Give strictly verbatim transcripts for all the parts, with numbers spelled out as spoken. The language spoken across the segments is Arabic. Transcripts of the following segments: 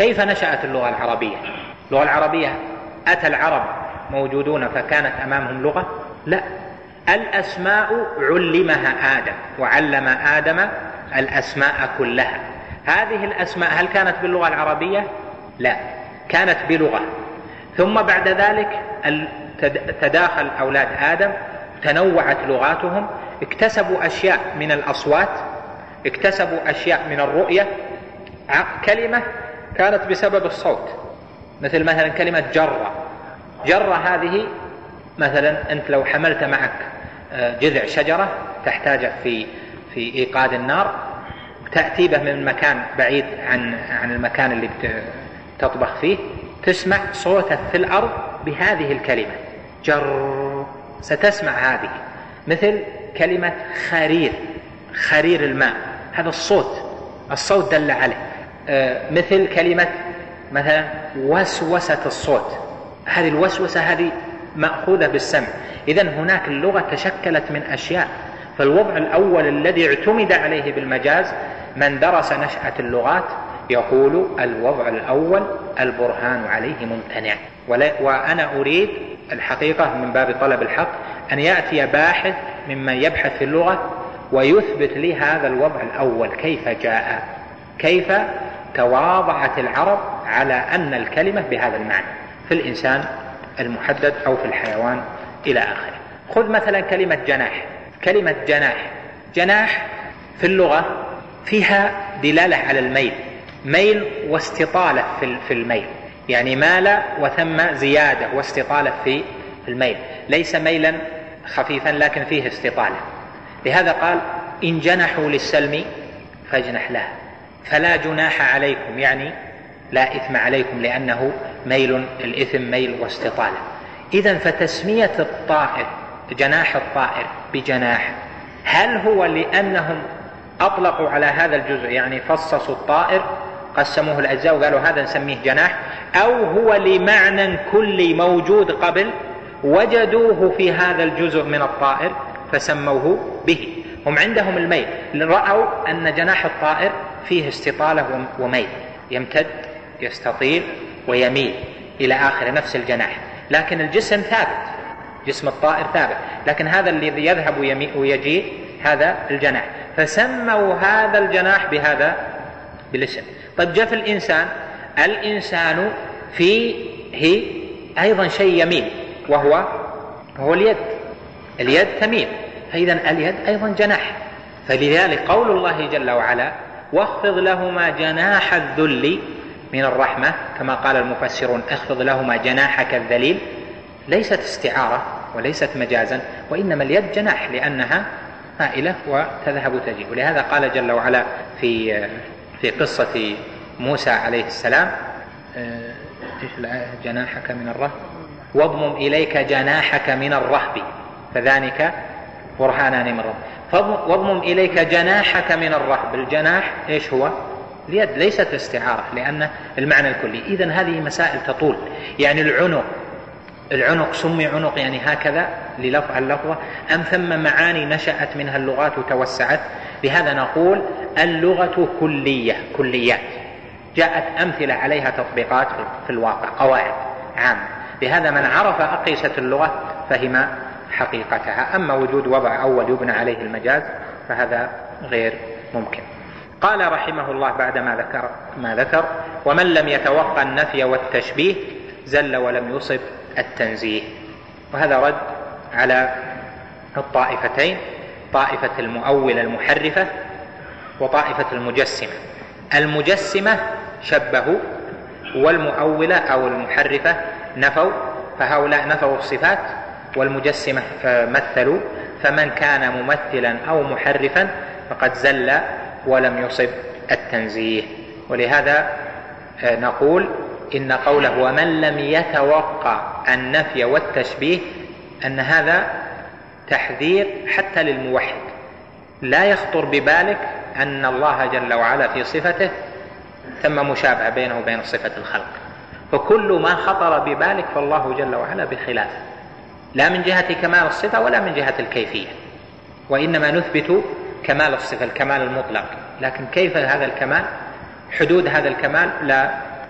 كيف نشأت اللغة العربية؟ اللغة العربية أتى العرب موجودون فكانت أمامهم لغة؟ لا، الأسماء علمها آدم وعلم آدم الأسماء كلها. هذه الأسماء هل كانت باللغة العربية؟ لا، كانت بلغة. ثم بعد ذلك تداخل أولاد آدم، تنوعت لغاتهم، اكتسبوا أشياء من الأصوات، اكتسبوا أشياء من الرؤية. كلمة كانت بسبب الصوت، مثل مثلا كلمة جرة. جرة هذه مثلا أنت لو حملت معك جذع شجرة تحتاج في في إيقاد النار، تأتي به من مكان بعيد عن عن المكان اللي تطبخ فيه، تسمع صوته في الأرض بهذه الكلمة جر، ستسمع هذه. مثل كلمة خرير، خرير الماء، هذا الصوت، الصوت دل عليه. مثل كلمة مثلا وسوسة الصوت، هذه الوسوسة هذه مأخوذة بالسمع. إذن هناك اللغة تشكلت من أشياء. فالوضع الأول الذي اعتمد عليه بالمجاز، من درس نشأة اللغات يقول الوضع الأول البرهان عليه ممتنع. وأنا أريد الحقيقة من باب طلب الحق أن يأتي باحث ممن يبحث في اللغة ويثبت لي هذا الوضع الأول كيف جاء، كيف تواضعت العرب على أن الكلمة بهذا المعنى في الإنسان المحدد أو في الحيوان إلى آخره. خذ مثلا كلمة جناح. كلمة جناح، جناح في اللغة فيها دلالة على الميل، ميل واستطالة في الميل، يعني مال وثم زيادة واستطالة في الميل، ليس ميلا خفيفا لكن فيه استطالة. لهذا قال إن جنحوا للسلم فاجنح لها، فلا جناح عليكم، يعني لا إثم عليكم، لأنه ميل، الإثم ميل واستطالة. إذن فتسمية الطائر جناح الطائر بجناح، هل هو لأنهم أطلقوا على هذا الجزء، يعني فصصوا الطائر قسموه الأجزاء وقالوا هذا نسميه جناح، أو هو لمعنى كلي موجود قبل وجدوه في هذا الجزء من الطائر فسموه به؟ هم عندهم الميل، رأوا أن جناح الطائر فيه استطالة وميل، يمتد يستطيل ويميل إلى آخر نفس الجناح، لكن الجسم ثابت، جسم الطائر ثابت، لكن هذا الذي يذهب ويجيء هذا الجناح، فسموا هذا الجناح بهذا بالاسم. طيب جاء في الإنسان، الإنسان فيه أيضا شيء يميل وهو هو اليد، اليد تميل، فإذا اليد أيضا جناح. فلذلك قول الله جل وعلا واخفض لهما جناح الذل من الرحمة، كما قال المفسرون اخفض لهما جناحك الذليل، ليست استعارة وليست مجازا، وإنما اليد جناح لأنها مائلة وتذهب تجي. ولهذا قال جل وعلا في في قصة موسى عليه السلام ايش الآية؟ جناحك من الرهب واضمم إليك جناحك من الرهب فذلك برهانان من رب. واضمم إليك جناحك من الرهب، الجناح ايش هو؟ اليد، ليست استعارة لأن المعنى الكلي. إذن هذه مسائل تطول. يعني العنق، العنق سمي عنق يعني هكذا للفظ اللفظة، أم ثم معاني نشأت منها اللغات وتوسعت؟ لهذا نقول اللغة كلية، كليات جاءت أمثلة عليها تطبيقات في الواقع، قواعد عامة. لهذا من عرف أقيسة اللغة فهم حقيقتها. أما وجود وضع أول يبنى عليه المجاز فهذا غير ممكن. قال رحمه الله بعدما ذكر ما ذكر ومن لم يتوقع النفي والتشبيه زل ولم يصب التنزيه. وهذا رد على الطائفتين، طائفة المؤولة المحرفة وطائفة المجسمة. المجسمة شبهوا، والمؤولة أو المحرفة نفوا، فهؤلاء نفوا الصفات والمجسمة مثلوا. فمن كان ممثلا أو محرفا فقد زل ولم يصب التنزيه. ولهذا نقول إن قوله ومن لم يتوقع النفي والتشبيه أن هذا تحذير حتى للموحد. لا يخطر ببالك أن الله جل وعلا في صفته ثم مشابهة بينه وبين صفة الخلق، فكل ما خطر ببالك فالله جل وعلا بخلاف، لا من جهة كمال الصفة ولا من جهة الكيفية، وإنما نثبت كمال الصفة، الكمال المطلق، لكن كيف هذا الكمال، حدود هذا الكمال لا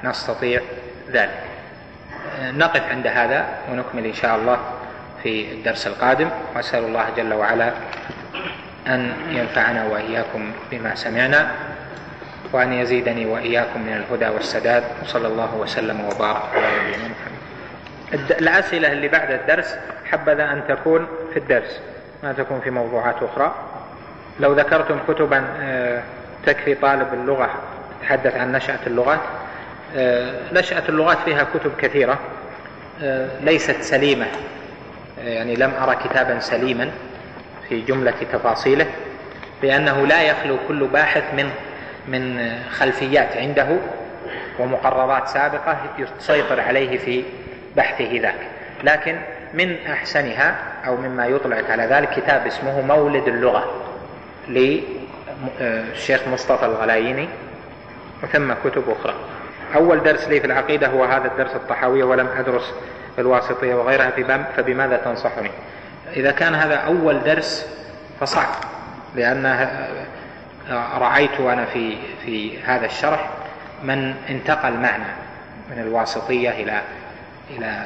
نستطيع ذلك. نقف عند هذا ونكمل إن شاء الله في الدرس القادم، وأسأل الله جل وعلا أن ينفعنا وإياكم بما سمعنا، وأن يزيدني وإياكم من الهدى والسداد، وصلى الله وسلم وبارك على نبينا محمد. الأسئلة اللي بعد الدرس حبذا أن تكون في الدرس، ما تكون في موضوعات أخرى. لو ذكرتم كتبا تكفي طالب اللغة تحدث عن نشأة اللغات. نشأة اللغات فيها كتب كثيرة ليست سليمة، يعني لم أرى كتابا سليما في جملة تفاصيله، لأنه لا يخلو كل باحث من من خلفيات عنده ومقررات سابقة تسيطر عليه في بحثه ذاك. لكن من أحسنها أو مما يطلعك على ذلك كتاب اسمه مولد اللغة للشيخ مصطفى الغلايني، وثم كتب أخرى. أول درس لي في العقيدة هو هذا الدرس الطحاوية، ولم أدرس الواسطية وغيرها، فبماذا تنصحني؟ إذا كان هذا أول درس فصعب، لأن رأيت أنا في في هذا الشرح من انتقل معنا من الواسطية إلى إلى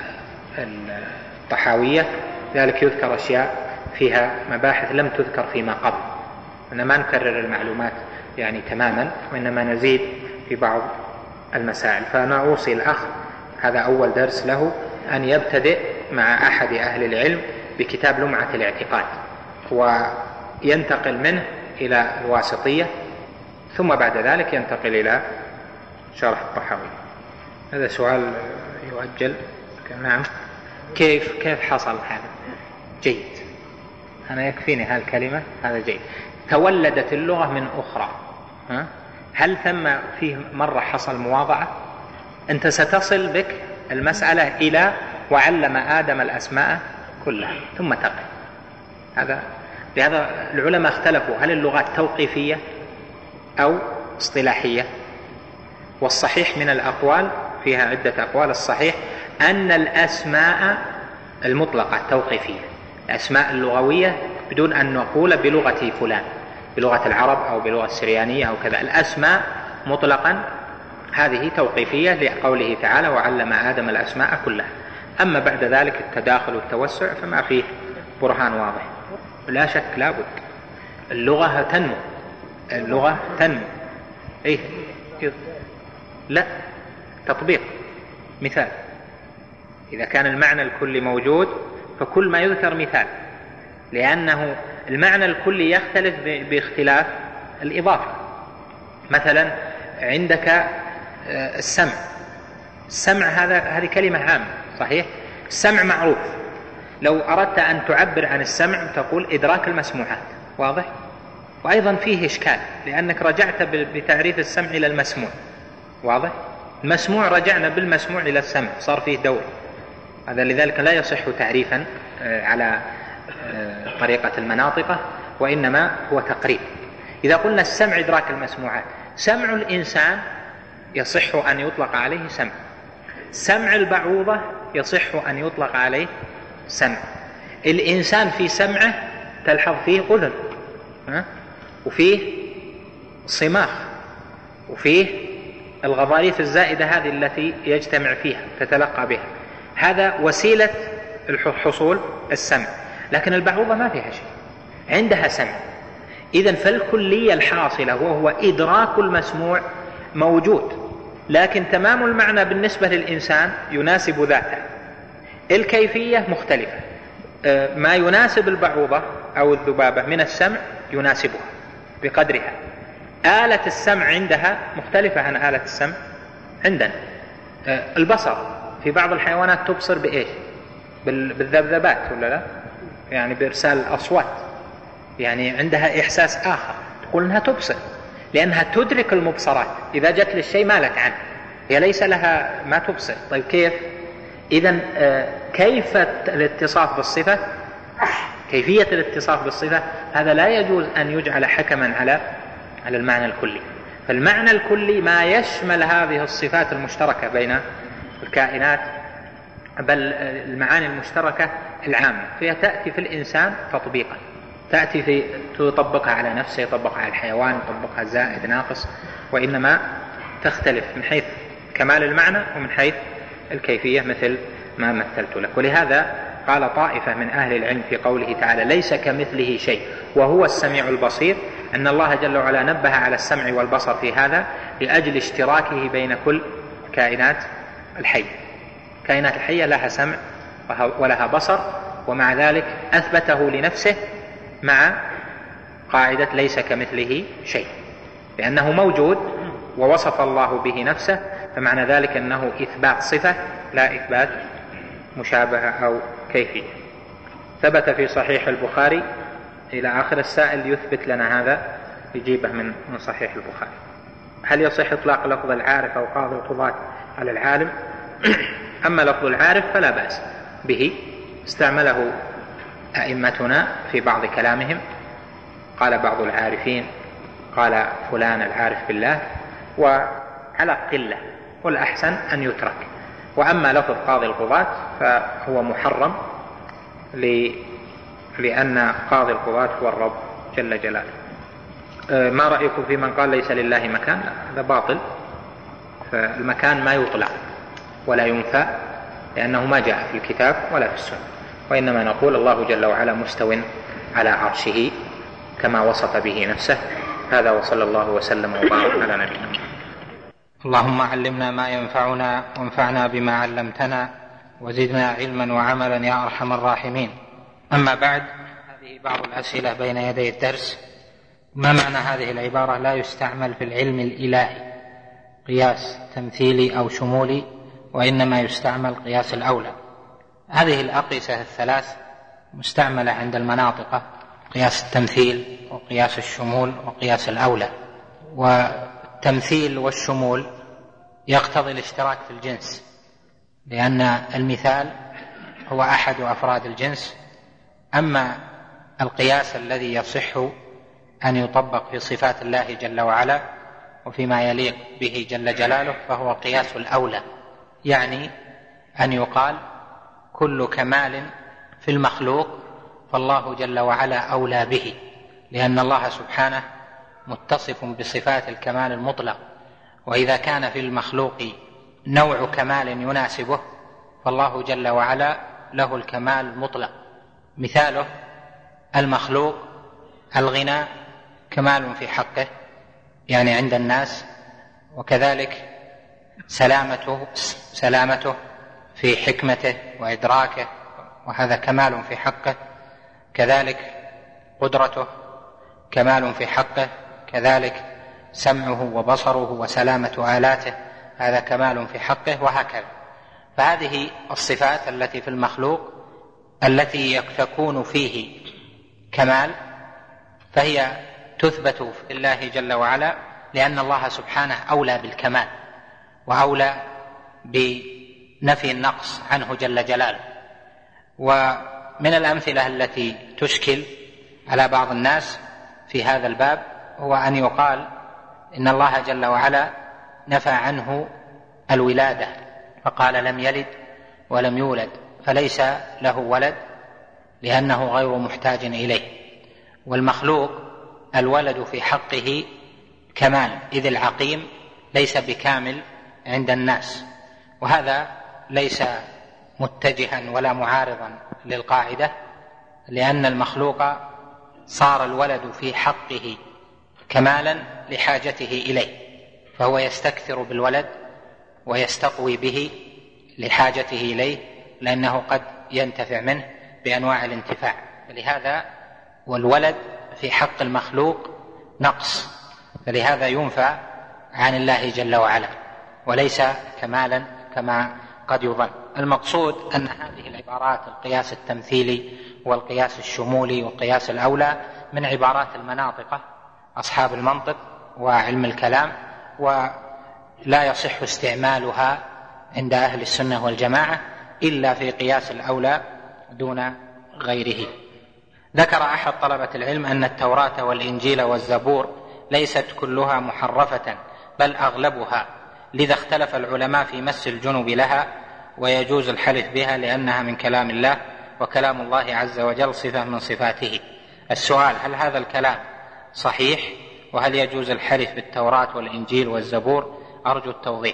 الطحاوية، ذلك يذكر أشياء فيها مباحث لم تذكر فيما قبل. إنما نكرر المعلومات يعني تماما، وإنما نزيد في بعض المسائل. فأنا أوصي الأخ، هذا أول درس له، أن يبتدئ مع أحد أهل العلم بكتاب لمعة الاعتقاد، وينتقل منه إلى الواسطية، ثم بعد ذلك ينتقل إلى شرح الطحاوي. هذا سؤال يؤجل. نعم. كيف كيف حصل هذا؟ جيد، أنا يكفيني هالكلمة، هذا جيد. تولدت اللغة من أخرى، ها؟ هل ثم فيه مرة حصل مواضعة؟ أنت ستصل بك المسألة إلى وعلم آدم الأسماء كلها ثم تقف. هذا لهذا العلماء اختلفوا هل اللغات توقيفية أو اصطلاحية، والصحيح من الأقوال فيها عدة أقوال. الصحيح أن الأسماء المطلقة توقيفية، الأسماء اللغوية بدون أن نقول بلغة فلان، بلغة العرب أو بلغة السريانية أو كذا، الأسماء مطلقا هذه توقيفية لقوله تعالى وعلم آدم الأسماء كلها. أما بعد ذلك التداخل والتوسع فما فيه برهان واضح. لا شك لا بد اللغة تنمو، اللغة تنمو. إيه؟ لا، تطبيق. مثال، إذا كان المعنى الكلي موجود فكل ما يذكر مثال، لأنه المعنى الكلي يختلف باختلاف الإضافة. مثلا عندك السمع، السمع هذا هذه كلمة عامة صحيح، السمع معروف. لو أردت أن تعبر عن السمع تقول إدراك المسموعات، واضح؟ وأيضا فيه إشكال لأنك رجعت بتعريف السمع إلى المسموع، واضح؟ المسموع رجعنا بالمسموع إلى السمع، صار فيه دور. هذا لذلك لا يصح تعريفا على طريقة المناطقة، وإنما هو تقريب. إذا قلنا السمع إدراك المسموعات، سمع الإنسان يصح أن يطلق عليه سمع، سمع البعوضة يصح أن يطلق عليه سمع. الإنسان في سمعه تلحظ فيه أذن، وفيه صماخ، وفيه الغضاريف الزائدة هذه التي يجتمع فيها تتلقى بها، هذا وسيلة الحصول السمع. لكن البعوضة ما فيها شيء، عندها سمع. إذن فالكلية الحاصلة وهو إدراك المسموع موجود، لكن تمام المعنى بالنسبة للإنسان يناسب ذاته، الكيفية مختلفة. ما يناسب البعوضة أو الذبابة من السمع يناسبها بقدرها. آلة السمع عندها مختلفة عن آلة السمع عندنا. البصر في بعض الحيوانات تبصر بإيش؟ بالذبذبات ولا لا؟ يعني بإرسال الأصوات، يعني عندها إحساس آخر، تقول أنها تبصر لأنها تدرك المبصرات. إذا جت للشيء مالت عنه، هي ليس لها ما تبصر. طيب كيف؟ إذن كيف الاتصاف بالصفة، كيفية الاتصاف بالصفة، هذا لا يجوز أن يجعل حكما على على المعنى الكلي. فالمعنى الكلي ما يشمل هذه الصفات المشتركة بين الكائنات، بل المعاني المشتركة العامة، فهي تأتي في الإنسان تطبيقا، تأتي في تطبقها على نفسه، يطبقها على الحيوان، يطبقها زائد ناقص، وإنما تختلف من حيث كمال المعنى ومن حيث الكيفية مثل ما مثلت لك. ولهذا قال طائفة من أهل العلم في قوله تعالى ليس كمثله شيء وهو السميع البصير أن الله جل وعلا نبه على السمع والبصر في هذا لأجل اشتراكه بين كل كائنات الحية. كائنات الحية لها سمع ولها بصر، ومع ذلك أثبته لنفسه مع قاعدة ليس كمثله شيء، لأنه موجود ووصف الله به نفسه، فمعنى ذلك أنه إثبات صفة لا إثبات مشابهة أو كيفية. ثبت في صحيح البخاري إلى آخر. السائل يثبت لنا هذا يجيبه من من صحيح البخاري. هل يصح إطلاق لفظ العارف أو قاضي القضاة على العالم؟ أما لفظ العارف فلا بأس به، استعمله أئمتنا في بعض كلامهم، قال بعض العارفين قال فلان العارف بالله، وعلى قلة، والأحسن أن يترك. وأما لفظ قاضي القضاة فهو محرم لأن قاضي القضاة هو الرب جل جلاله. ما رأيكم في من قال ليس لله مكان؟ هذا باطل. فالمكان ما يطلق ولا ينفى، لأنه ما جاء في الكتاب ولا في السنة، وإنما نقول الله جل وعلا مستو على عرشه كما وصف به نفسه. هذا وصلى الله وسلم وبارك على نبينا. اللهم علمنا ما ينفعنا وانفعنا بما علمتنا وزدنا علما وعملا يا أرحم الراحمين. أما بعد، هذه بعض الأسئلة بين يدي الدرس. ما معنى هذه العبارة لا يستعمل في العلم الإلهي قياس تمثيلي أو شمولي وإنما يستعمل قياس الأولى؟ هذه الأقيسة الثلاث مستعملة عند المناطق: قياس التمثيل وقياس الشمول وقياس الأولى. والتمثيل والشمول يقتضي الاشتراك في الجنس، لأن المثال هو أحد أفراد الجنس. أما القياس الذي يصح أن يطبق في صفات الله جل وعلا وفيما يليق به جل جلاله فهو قياس الأولى، يعني أن يقال كل كمال في المخلوق فالله جل وعلا أولى به، لأن الله سبحانه متصف بصفات الكمال المطلق، وإذا كان في المخلوق نوع كمال يناسبه فالله جل وعلا له الكمال المطلق. مثاله المخلوق الغنى كمال في حقه يعني عند الناس، وكذلك سلامته سلامته في حكمته وإدراكه، وهذا كمال في حقه. كذلك قدرته كمال في حقه، كذلك سمعه وبصره وسلامة آلاته هذا كمال في حقه، وهكذا. فهذه الصفات التي في المخلوق التي تكون فيه كمال فهي تثبت في الله جل وعلا، لأن الله سبحانه أولى بالكمال وأولى بنفي النقص عنه جل جلاله. ومن الأمثلة التي تشكل على بعض الناس في هذا الباب هو أن يقال إن الله جل وعلا نفى عنه الولادة فقال لم يلد ولم يولد، فليس له ولد لأنه غير محتاج إليه. والمخلوق الولد في حقه كمال، إذ العقيم ليس بكامل عند الناس، وهذا ليس متجها ولا معارضا للقاعدة، لأن المخلوق صار الولد في حقه كمالا لحاجته إليه، فهو يستكثر بالولد ويستقوي به لحاجته إليه، لأنه قد ينتفع منه بأنواع الانتفاع. فلهذا والولد في حق المخلوق نقص، فلهذا ينفى عن الله جل وعلا وليس كمالا كما قد يظن. المقصود أن هذه العبارات القياس التمثيلي والقياس الشمولي والقياس الأولى من عبارات المناطق أصحاب المنطق وعلم الكلام، ولا يصح استعمالها عند أهل السنة والجماعة إلا في قياس الأولى دون غيره. ذكر أحد طلبة العلم أن التوراة والإنجيل والزبور ليست كلها محرفة بل أغلبها، لذا اختلف العلماء في مس الجنب لها، ويجوز الحلف بها لأنها من كلام الله، وكلام الله عز وجل صفة من صفاته. السؤال: هل هذا الكلام صحيح؟ وهل يجوز الحلف بالتوراة والإنجيل والزبور؟ أرجو التوضيح.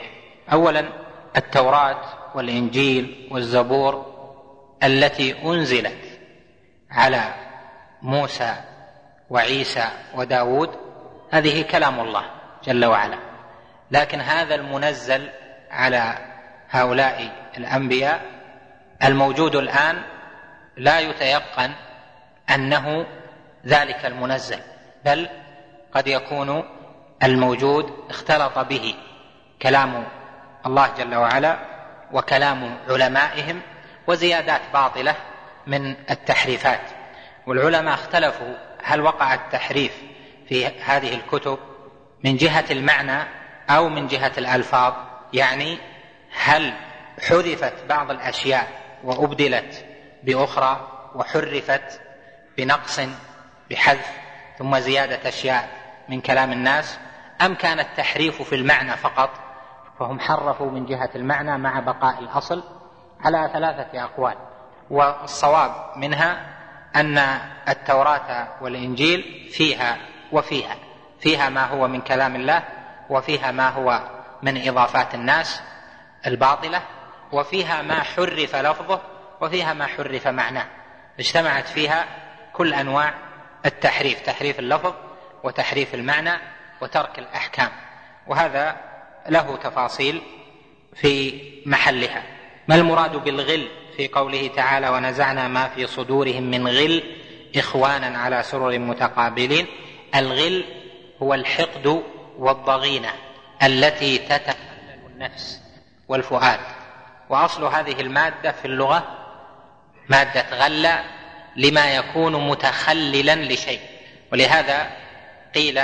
أولا التوراة والإنجيل والزبور التي أنزلت على موسى وعيسى وداود هذه كلام الله جل وعلا، لكن هذا المنزل على هؤلاء الأنبياء الموجود الآن لا يتيقن أنه ذلك المنزل، بل قد يكون الموجود اختلط به كلام الله جل وعلا وكلام علمائهم وزيادات باطلة من التحريفات. والعلماء اختلفوا هل وقع التحريف في هذه الكتب من جهة المعنى أو من جهة الألفاظ، يعني هل حذفت بعض الأشياء وأبدلت بأخرى وحرفت بنقص بحذف ثم زيادة أشياء من كلام الناس، أم كان التحريف في المعنى فقط فهم حرفوا من جهة المعنى مع بقاء الأصل؟ على ثلاثة أقوال، والصواب منها أن التوراة والإنجيل فيها وفيها فيها ما هو من كلام الله، وفيها ما هو من إضافات الناس الباطلة، وفيها ما حرف لفظه وفيها ما حرف معناه، اجتمعت فيها كل أنواع التحريف، تحريف اللفظ وتحريف المعنى وترك الأحكام، وهذا له تفاصيل في محلها. ما المراد بالغل في قوله تعالى ونزعنا ما في صدورهم من غل إخوانا على سرر متقابلين؟ الغل هو الحقد والضغينة التي تتخلل النفس والفؤاد، وأصل هذه المادة في اللغة مادة غل لما يكون متخللا لشيء، ولهذا قيل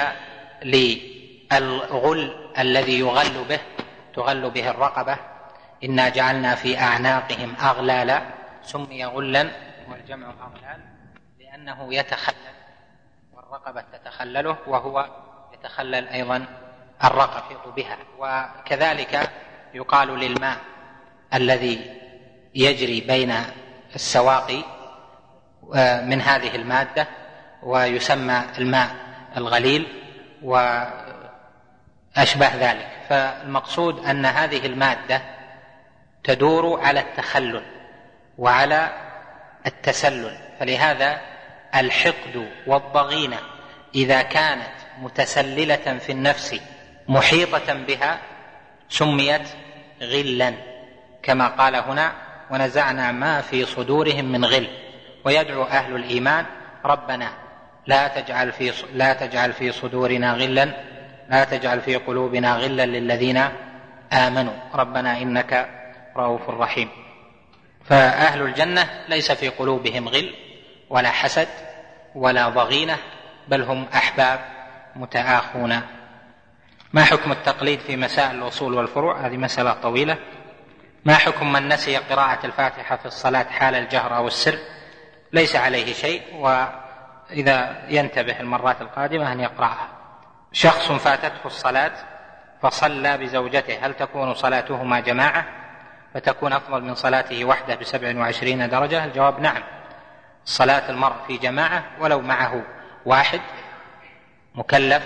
للغل الذي يغل به تغل به الرقبة إنا جعلنا في أعناقهم أغلالا، سمي غلا والجمع أغلال لأنه يتخلل والرقبة تتخلله وهو يتخلل أيضا الرقبة بها. وكذلك يقال للماء الذي يجري بين السواقي من هذه المادة ويسمى الماء الغليل وأشبه ذلك. فالمقصود أن هذه المادة تدور على التخلل وعلى التسلل، فلهذا الحقد والضغينة إذا كانت متسللة في النفس محيطة بها سميت غلا، كما قال هنا ونزعنا ما في صدورهم من غل. ويدعو أهل الإيمان ربنا لا تجعل في لا تجعل في صدورنا غلا لا تجعل في قلوبنا غلا للذين آمنوا ربنا إنك رؤوف رحيم. فأهل الجنة ليس في قلوبهم غل ولا حسد ولا ضغينة، بل هم أحباب متآخون. ما حكم التقليد في مسائل الأصول والفروع؟ هذه مسألة طويلة. ما حكم من نسي قراءة الفاتحة في الصلاة حال الجهر أو السر؟ ليس عليه شيء، وإذا ينتبه المرات القادمة أن يقرأها. شخص فاتته الصلاة فصلى بزوجته، هل تكون صلاتهما جماعة فتكون أفضل من صلاته وحده بسبع وعشرين درجة؟ الجواب نعم، صلاة المرء في جماعة ولو معه واحد مكلف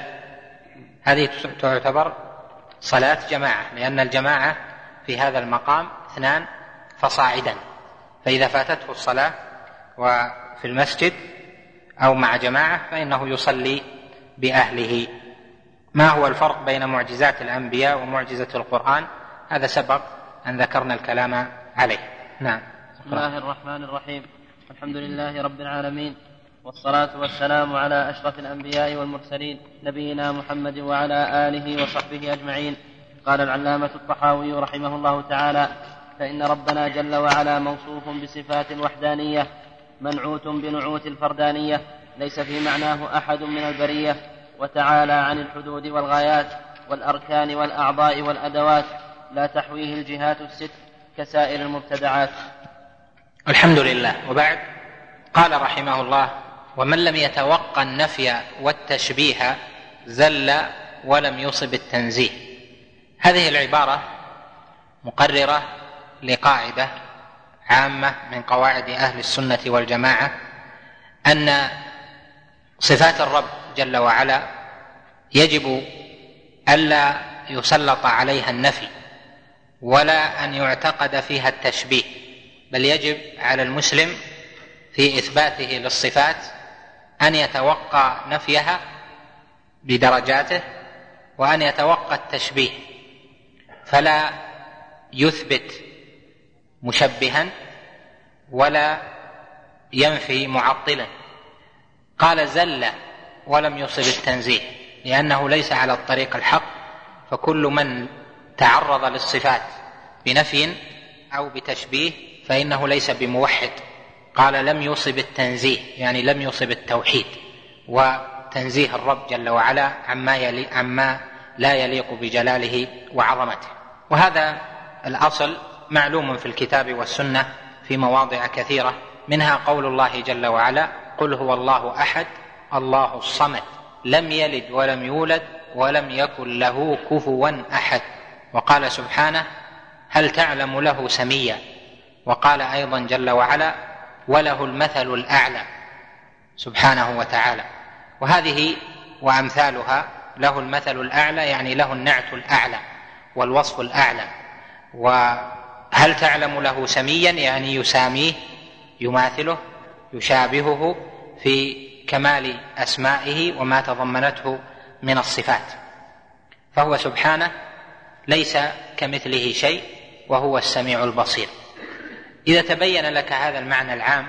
هذه تعتبر صلاة جماعة، لأن الجماعة في هذا المقام اثنان فصاعدا، فإذا فاتته الصلاة وفي المسجد أو مع جماعة فإنه يصلي بأهله. ما هو الفرق بين معجزات الأنبياء ومعجزة القرآن؟ هذا سبق أن ذكرنا الكلام عليه. نعم. بسم الله الرحمن الرحيم، الحمد لله رب العالمين، والصلاة والسلام على أشرف الأنبياء والمرسلين نبينا محمد وعلى آله وصحبه أجمعين. قال العلامة الطحاوي رحمه الله تعالى: فإن ربنا جل وعلا موصوف بصفات الوحدانية منعوت بنعوت الفردانية ليس في معناه أحد من البرية، وتعالى عن الحدود والغايات والأركان والأعضاء والأدوات لا تحويه الجهات الست كسائر المبتدعات. الحمد لله. وبعد، قال رحمه الله: ومن لم يتوقع النفي والتشبيه زل ولم يصب التنزيه. هذه العبارة مقررة لقاعدة عامة من قواعد أهل السنة والجماعة، أن صفات الرب جل وعلا يجب ألا يسلط عليها النفي ولا أن يعتقد فيها التشبيه، بل يجب على المسلم في إثباته للصفات أن يتوقع نفيها بدرجاته وأن يتوقع التشبيه، فلا يثبت مشبها ولا ينفي معطلا. قال زل ولم يصب التنزيه، لأنه ليس على الطريق الحق، فكل من تعرض للصفات بنفي أو بتشبيه فإنه ليس بموحد. قال لم يصب التنزيه، يعني لم يصب التوحيد وتنزيه الرب جل وعلا عما, يلي عما لا يليق بجلاله وعظمته. وهذا الأصل معلوم في الكتاب والسنة في مواضع كثيرة، منها قول الله جل وعلا قل هو الله أحد الله الصمد لم يلد ولم يولد ولم يكن له كفوا أحد. وقال سبحانه هل تعلم له سميا. وقال أيضا جل وعلا وله المثل الأعلى سبحانه وتعالى. وهذه وأمثالها له المثل الأعلى يعني له النعت الأعلى والوصف الأعلى. وهل تعلم له سميا يعني يساميه يماثله يشابهه في كمال أسمائه وما تضمنته من الصفات، فهو سبحانه ليس كمثله شيء وهو السميع البصير. إذا تبين لك هذا المعنى العام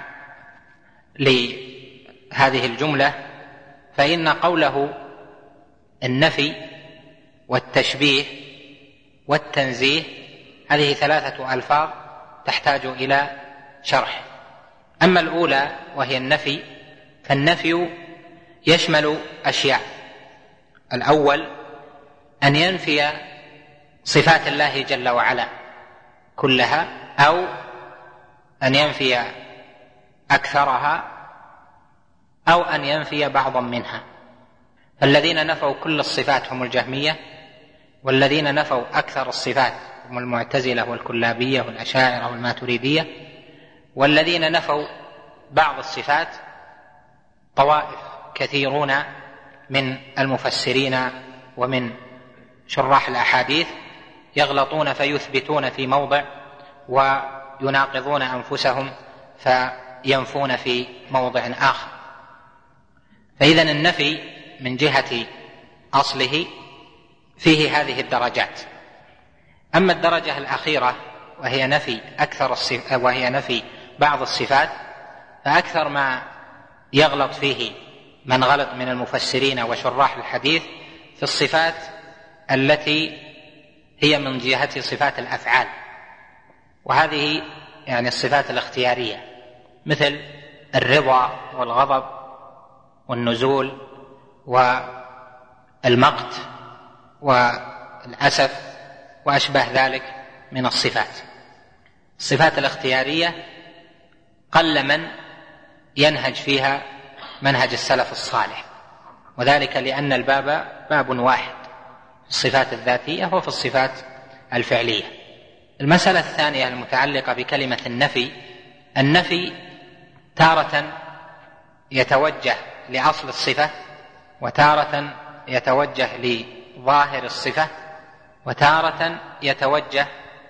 لهذه الجملة فإن قوله النفي والتشبيه والتنزيه هذه ثلاثة ألفاظ تحتاج إلى شرح. أما الأولى وهي النفي، فالنفي يشمل أشياء. الأول أن ينفي صفات الله جل وعلا كلها أو أن ينفي أكثرها أو أن ينفي بعضا منها. فالذين نفوا كل الصفات هم الجهمية، والذين نفوا أكثر الصفات هم المعتزلة والكلابية والأشاعرة والماتريدية، والذين نفوا بعض الصفات طوائف كثيرون من المفسرين ومن شراح الأحاديث يغلطون فيثبتون في موضع ويناقضون أنفسهم فينفون في موضع آخر. فإذن النفي من جهة أصله فيه هذه الدرجات. أما الدرجة الأخيرة وهي نفي أكثر الصف... وهي نفي بعض الصفات، فأكثر ما يغلط فيه من غلط من المفسرين وشراح الحديث في الصفات التي هي من جهة صفات الأفعال، وهذه يعني الصفات الاختيارية مثل الرضا والغضب والنزول والمقت والأسف وأشبه ذلك من الصفات. الصفات الاختيارية قل من ينهج فيها منهج السلف الصالح، وذلك لأن الباب باب واحد في الصفات الذاتية وفي الصفات الفعلية. المسألة الثانية المتعلقة بكلمة النفي، النفي تارة يتوجه لأصل الصفة، وتارة يتوجه لظاهر الصفة، وتارة يتوجه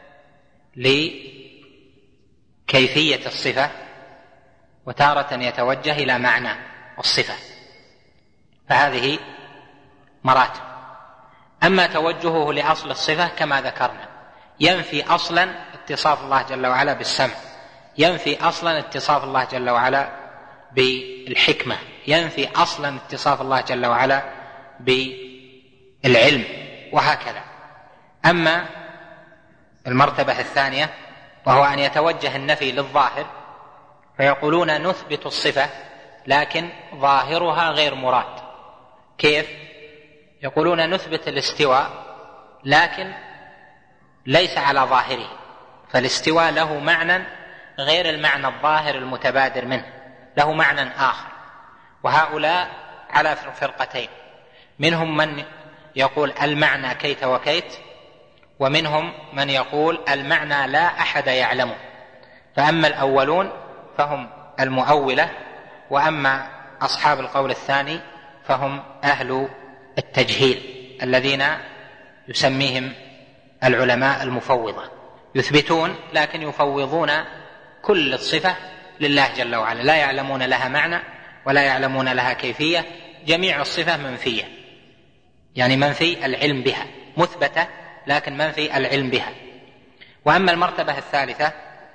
لكيفية الصفة، وتارة يتوجه إلى معنى الصفة. فهذه مراتب. أما توجهه لأصل الصفة كما ذكرنا ينفي أصلا اتصاف الله جل وعلا بالسمع، ينفي أصلا اتصاف الله جل وعلا بالحكمة، ينفي أصلا اتصاف الله جل وعلا بالعلم، وهكذا. أما المرتبة الثانية وهو أن يتوجه النفي للظاهر، فيقولون نثبت الصفة لكن ظاهرها غير مراد. كيف؟ يقولون نثبت الاستواء لكن ليس على ظاهره، فالاستواء له معنى غير المعنى الظاهر المتبادر منه، له معنى آخر. وهؤلاء على فرقتين، منهم من يقول المعنى كيت وكيت، ومنهم من يقول المعنى لا أحد يعلمه. فأما الأولون فهم المؤولة، وأما أصحاب القول الثاني فهم أهل التجهيل الذين يسميهم العلماء المفوضة. يثبتون لكن يفوضون كل الصفة لله جل وعلا، لا يعلمون لها معنى ولا يعلمون لها كيفية، جميع الصفة منفية، يعني منفي العلم بها، مثبتة لكن منفي العلم بها. وأما المرتبة الثالثة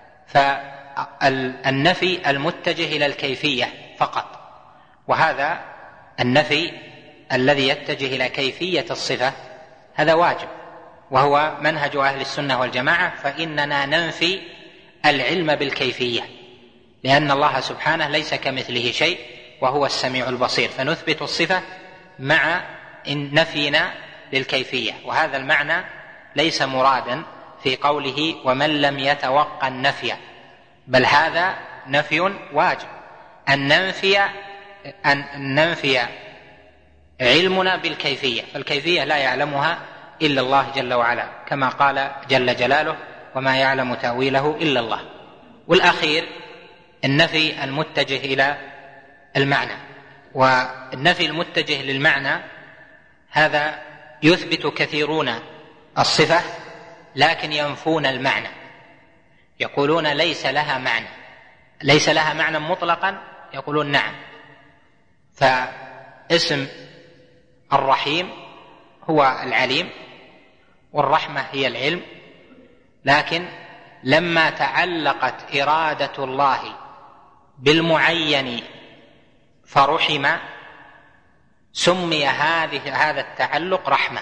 فالنفي المتجه إلى الكيفية فقط، وهذا النفي الذي يتجه إلى كيفية الصفة هذا واجب، وهو منهج أهل السنة والجماعة، فإننا ننفي العلم بالكيفية، لأن الله سبحانه ليس كمثله شيء وهو السميع البصير، فنثبت الصفة مع نفينا للكيفية. وهذا المعنى ليس مرادا في قوله ومن لم يتوقع النفي، بل هذا نفي واجب، أن ننفي أن ننفي علمنا بالكيفية، فالكيفية لا يعلمها إلا الله جل وعلا، كما قال جل جلاله وما يعلم تأويله إلا الله. والأخير النفي المتجه إلى المعنى، والنفي المتجه للمعنى هذا يثبت كثيرون الصفة لكن ينفون المعنى، يقولون ليس لها معنى، ليس لها معنى مطلقا، يقولون نعم، فاسم الرحيم هو العليم والرحمة هي العلم، لكن لما تعلقت إرادة الله بالمعين فرحم سمي هذه هذا التعلق رحمة،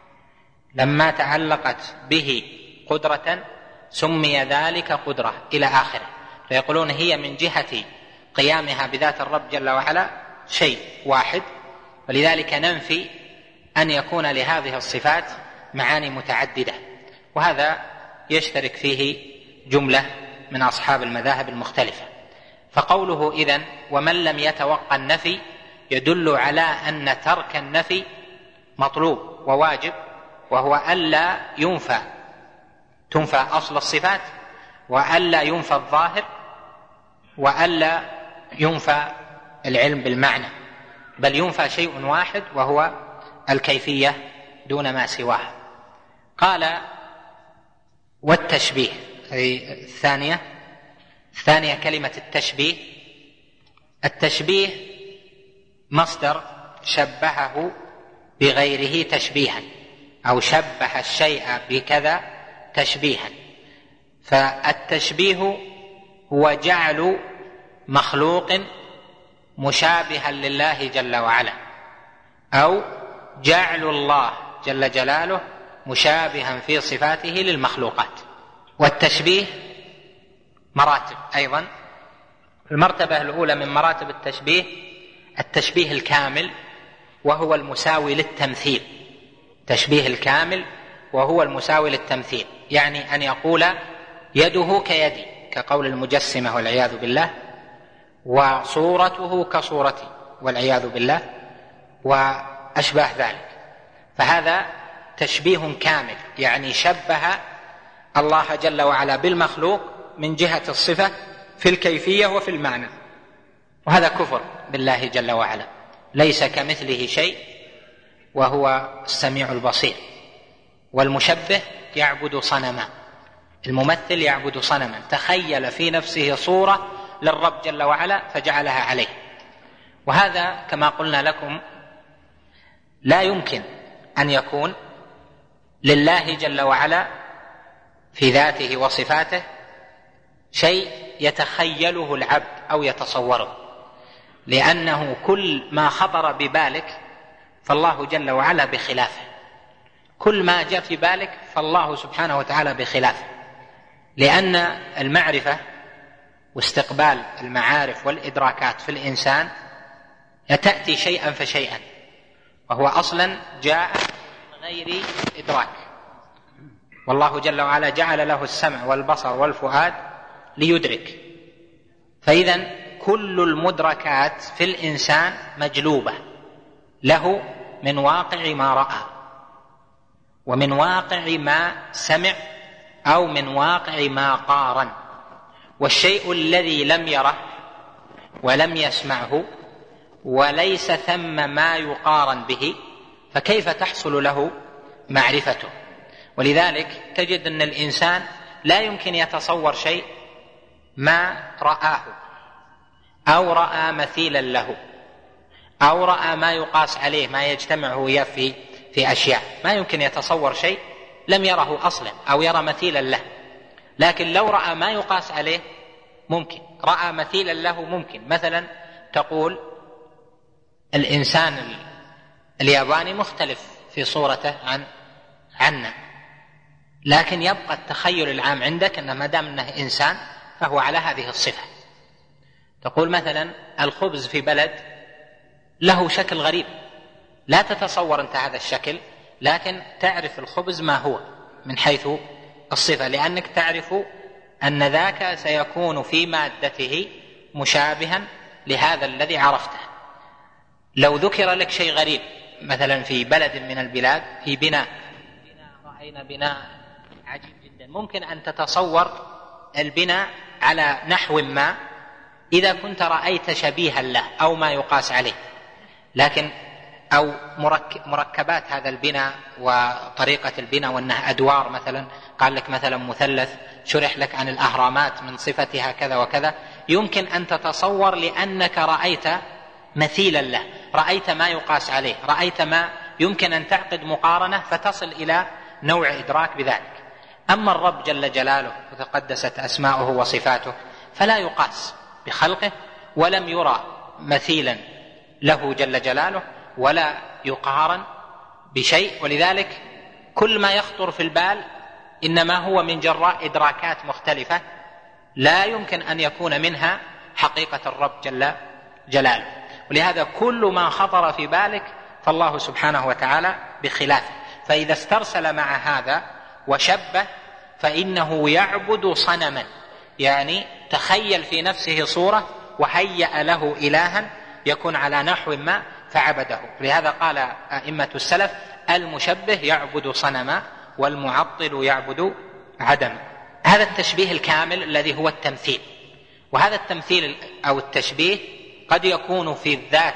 لما تعلقت به قدرة سمي ذلك قدرة إلى آخره. فيقولون هي من جهة قيامها بذات الرب جل وعلا شيء واحد، ولذلك ننفي أن يكون لهذه الصفات معاني متعددة، وهذا يشترك فيه جملة من أصحاب المذاهب المختلفة. فقوله إذن ومن لم يتوقع النفي يدل على أن ترك النفي مطلوب وواجب، وهو ألا ينفى تنفى أصل الصفات، وألا ينفى الظاهر، وألا ينفى العلم بالمعنى، بل ينفى شيء واحد وهو الكيفية دون ما سواها. قال والتشبيه، هذه الثانية الثانية كلمة التشبيه. التشبيه مصدر شبهه بغيره تشبيها، أو شبه الشيء بكذا تشبيها. فالتشبيه هو جعل مخلوق مشابها لله جل وعلا، أو جعل الله جل جلاله مشابها في صفاته للمخلوقات. والتشبيه مراتب أيضا. المرتبة الأولى من مراتب التشبيه التشبيه الكامل، وهو المساوي للتمثيل. تشبيه الكامل وهو المساوي للتمثيل، يعني أن يقول يده كيدي كقول المجسمة والعياذ بالله، وصورته كصورتي والعياذ بالله، وأشباه ذلك. فهذا تشبيه كامل، يعني شبه الله جل وعلا بالمخلوق من جهة الصفة في الكيفية وفي المعنى، وهذا كفر بالله جل وعلا، ليس كمثله شيء وهو السميع البصير. والمشبه يعبد صنما، الممثل يعبد صنما، تخيل في نفسه صورة للرب جل وعلا فجعلها عليه. وهذا كما قلنا لكم لا يمكن أن يكون لله جل وعلا في ذاته وصفاته شيء يتخيله العبد أو يتصوره، لأنه كل ما خطر ببالك فالله جل وعلا بخلافه، كل ما جاء في بالك فالله سبحانه وتعالى بخلافه، لأن المعرفة واستقبال المعارف والإدراكات في الإنسان تأتي شيئا فشيئا، وهو أصلا جاء من غير إدراك، والله جل وعلا جعل له السمع والبصر والفؤاد ليدرك. فإذا كل المدركات في الإنسان مجلوبة له من واقع ما رأى، ومن واقع ما سمع، أو من واقع ما قارن. والشيء الذي لم يره ولم يسمعه وليس ثم ما يقارن به، فكيف تحصل له معرفته؟ ولذلك تجد أن الإنسان لا يمكن يتصور شيء ما رآه أو رأى مثيلا له أو رأى ما يقاس عليه، ما يجتمع وياه في في أشياء. ما يمكن يتصور شيء لم يره أصلا أو يرى مثيلا له. لكن لو رأى ما يقاس عليه ممكن، رأى مثيلا له ممكن. مثلا تقول الإنسان الياباني مختلف في صورته عن عنا، لكن يبقى التخيل العام عندك أن ما دام أنه إنسان فهو على هذه الصفة. تقول مثلا الخبز في بلد له شكل غريب، لا تتصور أنت هذا الشكل، لكن تعرف الخبز ما هو من حيث الصفة، لأنك تعرف أن ذاك سيكون في مادته مشابها لهذا الذي عرفته. لو ذكر لك شيء غريب مثلا في بلد من البلاد في بناء بناء رأينا بناء عجيب جدا، ممكن أن تتصور البناء على نحو ما إذا كنت رأيت شبيها له أو ما يقاس عليه، لكن أو مركبات هذا البناء وطريقة البناء وأنها أدوار، مثلا قال لك مثلا مثلث، شرح لك عن الأهرامات من صفتها كذا وكذا، يمكن أن تتصور لأنك رأيت مثيلا له، رأيت ما يقاس عليه، رأيت ما يمكن أن تعقد مقارنة فتصل إلى نوع إدراك بذلك. أما الرب جل جلاله وتقدست أسماؤه وصفاته فلا يقاس بخلقه، ولم يرى مثيلا له جل جلاله ولا يقارن بشيء، ولذلك كل ما يخطر في البال إنما هو من جراء إدراكات مختلفة لا يمكن أن يكون منها حقيقة الرب جل جلاله. ولهذا كل ما خطر في بالك فالله سبحانه وتعالى بخلافه. فإذا استرسل مع هذا وشبه فإنه يعبد صنما، يعني تخيل في نفسه صورة وهيأ له إلها يكون على نحو ما فعبده. لهذا قال أئمة السلف المشبه يعبد صنما والمعطل يعبد عدما. هذا التشبيه الكامل الذي هو التمثيل. وهذا التمثيل أو التشبيه قد يكون في الذات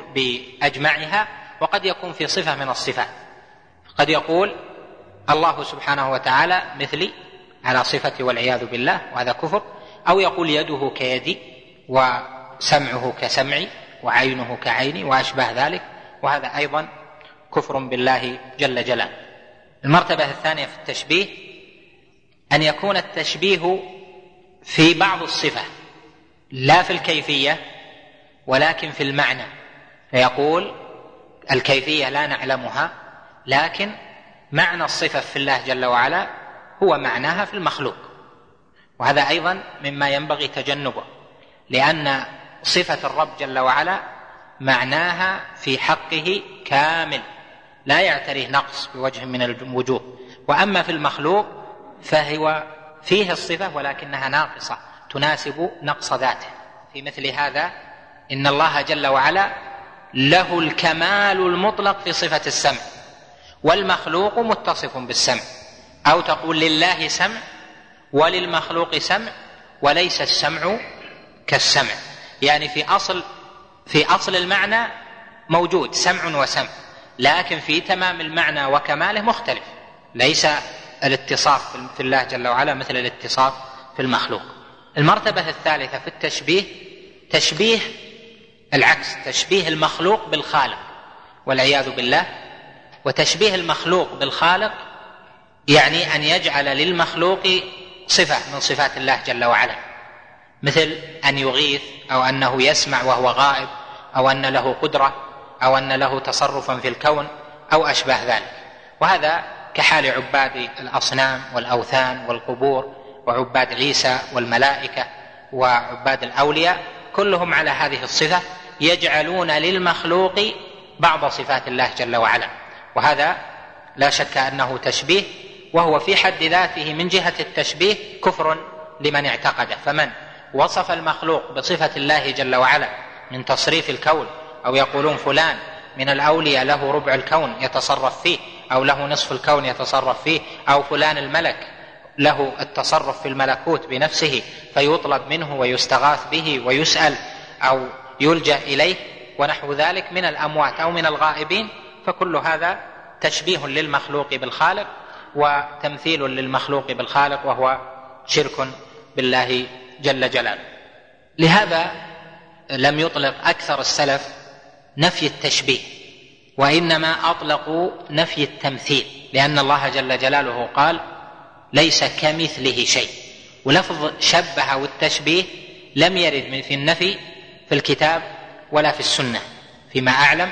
بأجمعها وقد يكون في صفة من الصفات. قد يقول الله سبحانه وتعالى مثلي على صفتي والعياذ بالله وهذا كفر، أو يقول يده كيدي وسمعه كسمعي وعينه كعيني وأشبه ذلك، وهذا أيضا كفر بالله جل جلاله. المرتبة الثانية في التشبيه أن يكون التشبيه في بعض الصفة لا في الكيفية ولكن في المعنى، فيقول الكيفية لا نعلمها لكن معنى الصفة في الله جل وعلا هو معناها في المخلوق، وهذا أيضا مما ينبغي تجنبه، لأن صفة الرب جل وعلا معناها في حقه كامل لا يعتريه نقص بوجه من الوجوه، وأما في المخلوق فهو فيه الصفة ولكنها ناقصة تناسب نقص ذاته. في مثل هذا إن الله جل وعلا له الكمال المطلق في صفة السمع، والمخلوق متصف بالسمع، أو تقول لله سمع وللمخلوق سمع وليس السمع كالسمع، يعني في أصل في أصل المعنى موجود سمع وسمع، لكن في تمام المعنى وكماله مختلف، ليس الاتصاف في الله جل وعلا مثل الاتصاف في المخلوق. المرتبة الثالثة في التشبيه تشبيه العكس، تشبيه المخلوق بالخالق والعياذ بالله. وتشبيه المخلوق بالخالق يعني أن يجعل للمخلوق صفة من صفات الله جل وعلا، مثل أن يغيث أو أنه يسمع وهو غائب أو أن له قدرة أو أن له تصرفا في الكون أو أشبه ذلك. وهذا كحال عباد الأصنام والأوثان والقبور وعباد عيسى والملائكة وعباد الأولياء، كلهم على هذه الصفة، يجعلون للمخلوق بعض صفات الله جل وعلا، وهذا لا شك أنه تشبيه، وهو في حد ذاته من جهة التشبيه كفر لمن اعتقده. فمن وصف المخلوق بصفة الله جل وعلا من تصريف الكون، أو يقولون فلان من الأولياء له ربع الكون يتصرف فيه أو له نصف الكون يتصرف فيه، أو فلان الملك له التصرف في الملكوت بنفسه فيطلب منه ويستغاث به ويسأل أو يلجأ إليه ونحو ذلك من الأموات أو من الغائبين، فكل هذا تشبيه للمخلوق بالخالق وتمثيل للمخلوق بالخالق، وهو شرك بالله جل جلاله. لهذا لم يطلق أكثر السلف نفي التشبيه، وإنما أطلقوا نفي التمثيل، لأن الله جل جلاله قال ليس كمثله شيء. ولفظ شبه والتشبيه لم يرد في النفي في الكتاب ولا في السنة فيما أعلم،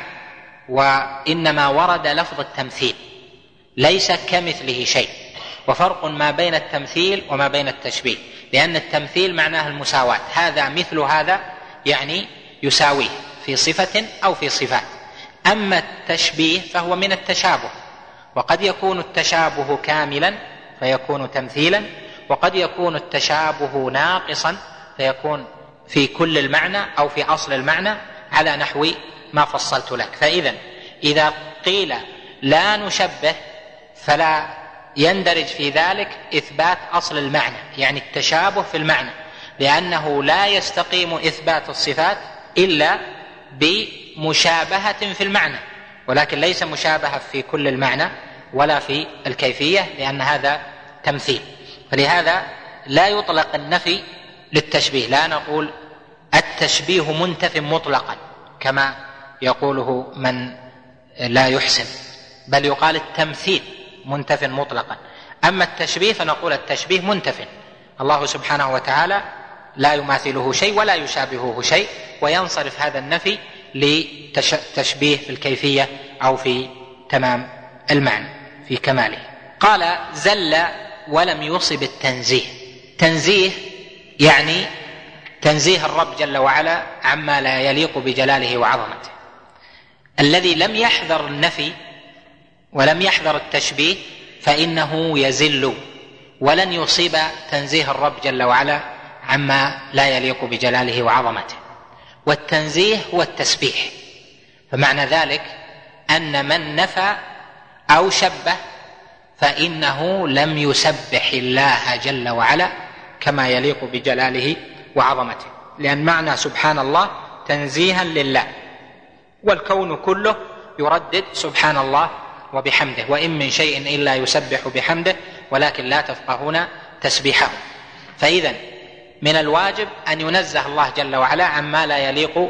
وإنما ورد لفظ التمثيل ليس كمثله شيء. وفرق ما بين التمثيل وما بين التشبيه، لأن التمثيل معناه المساواة، هذا مثل هذا يعني يساويه في صفة أو في صفات. أما التشبيه فهو من التشابه، وقد يكون التشابه كاملا فيكون تمثيلا، وقد يكون التشابه ناقصا فيكون في كل المعنى أو في أصل المعنى على نحو ما فصلت لك. فإذا إذا قيل لا نشبه فلا يندرج في ذلك إثبات أصل المعنى، يعني التشابه في المعنى، لأنه لا يستقيم إثبات الصفات إلا بمشابهة في المعنى، ولكن ليس مشابهة في كل المعنى ولا في الكيفية، لأن هذا تمثيل. فلهذا لا يطلق النفي للتشبيه، لا نقول التشبيه منتف مطلقا كما يقوله من لا يحسن، بل يقال التمثيل منتف مطلقا. أما التشبيه فنقول التشبيه منتف، الله سبحانه وتعالى لا يماثله شيء ولا يشابهه شيء، وينصرف هذا النفي لتشبيه في الكيفية أو في تمام المعنى في كماله. قال زل ولم يصب التنزيه. تنزيه يعني تنزيه الرب جل وعلا عما لا يليق بجلاله وعظمته. الذي لم يحذر النفي ولم يحذر التشبيه فإنه يزل ولن يصيب تنزيه الرب جل وعلا عما لا يليق بجلاله وعظمته. والتنزيه هو التسبيح، فمعنى ذلك أن من نفى أو شبه فإنه لم يسبح الله جل وعلا كما يليق بجلاله وعظمته، لأن معنى سبحان الله تنزيها لله، والكون كله يردد سبحان الله وبحمده، وإن من شيء إلا يسبح بحمده ولكن لا تفقهون تسبيحه. فإذا من الواجب أن ينزه الله جل وعلا عما لا يليق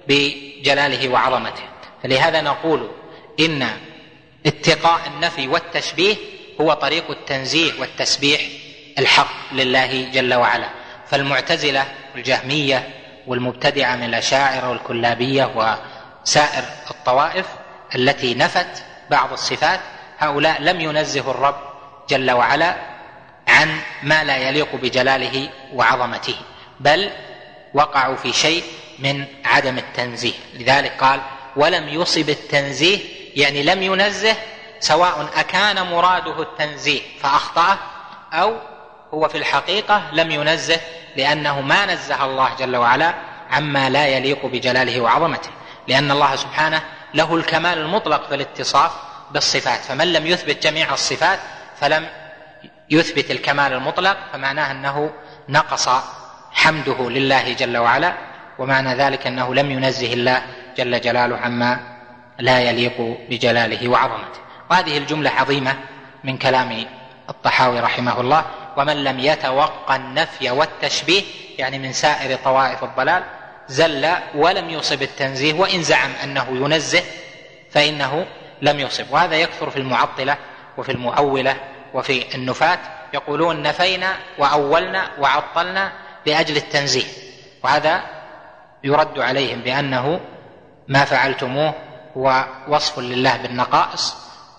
بجلاله وعظمته. فلهذا نقول إن اتقاء النفي والتشبيه هو طريق التنزيه والتسبيح الحق لله جل وعلا. فالمعتزلة والجهمية والمبتدعة من الأشاعرة والكلابية وسائر الطوائف التي نفت بعض الصفات، هؤلاء لم ينزه الرب جل وعلا عن ما لا يليق بجلاله وعظمته، بل وقعوا في شيء من عدم التنزيه. لذلك قال ولم يصب التنزيه، يعني لم ينزه، سواء أكان مراده التنزيه فأخطأه أو هو في الحقيقة لم ينزه، لأنه ما نزه الله جل وعلا عما لا يليق بجلاله وعظمته، لأن الله سبحانه له الكمال المطلق في الاتصاف بالصفات، فمن لم يثبت جميع الصفات فلم يثبت الكمال المطلق، فمعناه أنه نقص حمده لله جل وعلا، ومعنى ذلك أنه لم ينزه الله جل جلاله عما لا يليق بجلاله وعظمته. وهذه الجملة عظيمة من كلام الطحاوي رحمه الله: ومن لم يتوقع النفي والتشبيه، يعني من سائر طوائف الضلال، زل ولم يصب التنزيه، وإن زعم أنه ينزه فإنه لم يصب. وهذا يكثر في المعطلة وفي المؤولة وفي النفاة، يقولون نفينا وأولنا وعطلنا لأجل التنزيه، وهذا يرد عليهم بأنه ما فعلتموه هو وصف لله بالنقائص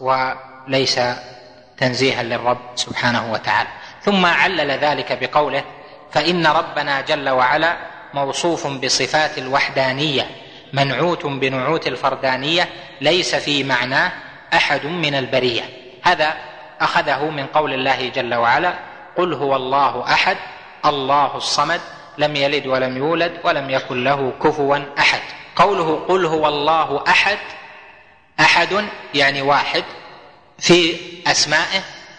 وليس تنزيها للرب سبحانه وتعالى. ثم علل ذلك بقوله: فإن ربنا جل وعلا موصوف بصفات الوحدانية منعوت بنعوت الفردانية ليس في معناه أحد من البرية. هذا أخذه من قول الله جل وعلا: قل هو الله أحد الله الصمد لم يلد ولم يولد ولم يكن له كفوا أحد. قوله قل هو الله أحد، أحد يعني واحد في أسمائه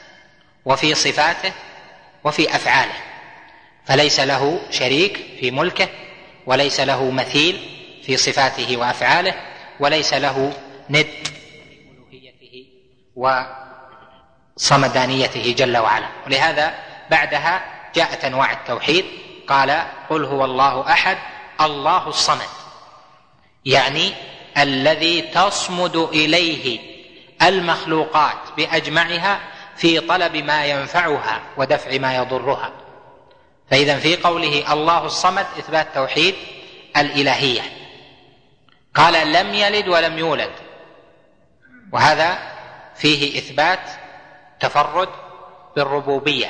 وفي صفاته وفي أفعاله، فليس له شريك في ملكه، وليس له مثيل في صفاته وأفعاله، وليس له ند في ألوهيته وصمدانيته جل وعلا. ولهذا بعدها جاءت أنواع التوحيد، قال قل هو الله أحد الله الصمد، يعني الذي تصمد إليه المخلوقات بأجمعها في طلب ما ينفعها ودفع ما يضرها. فإذا في قوله الله الصمد إثبات توحيد الإلهية. قال لم يلد ولم يولد، وهذا فيه إثبات تفرد بالربوبية.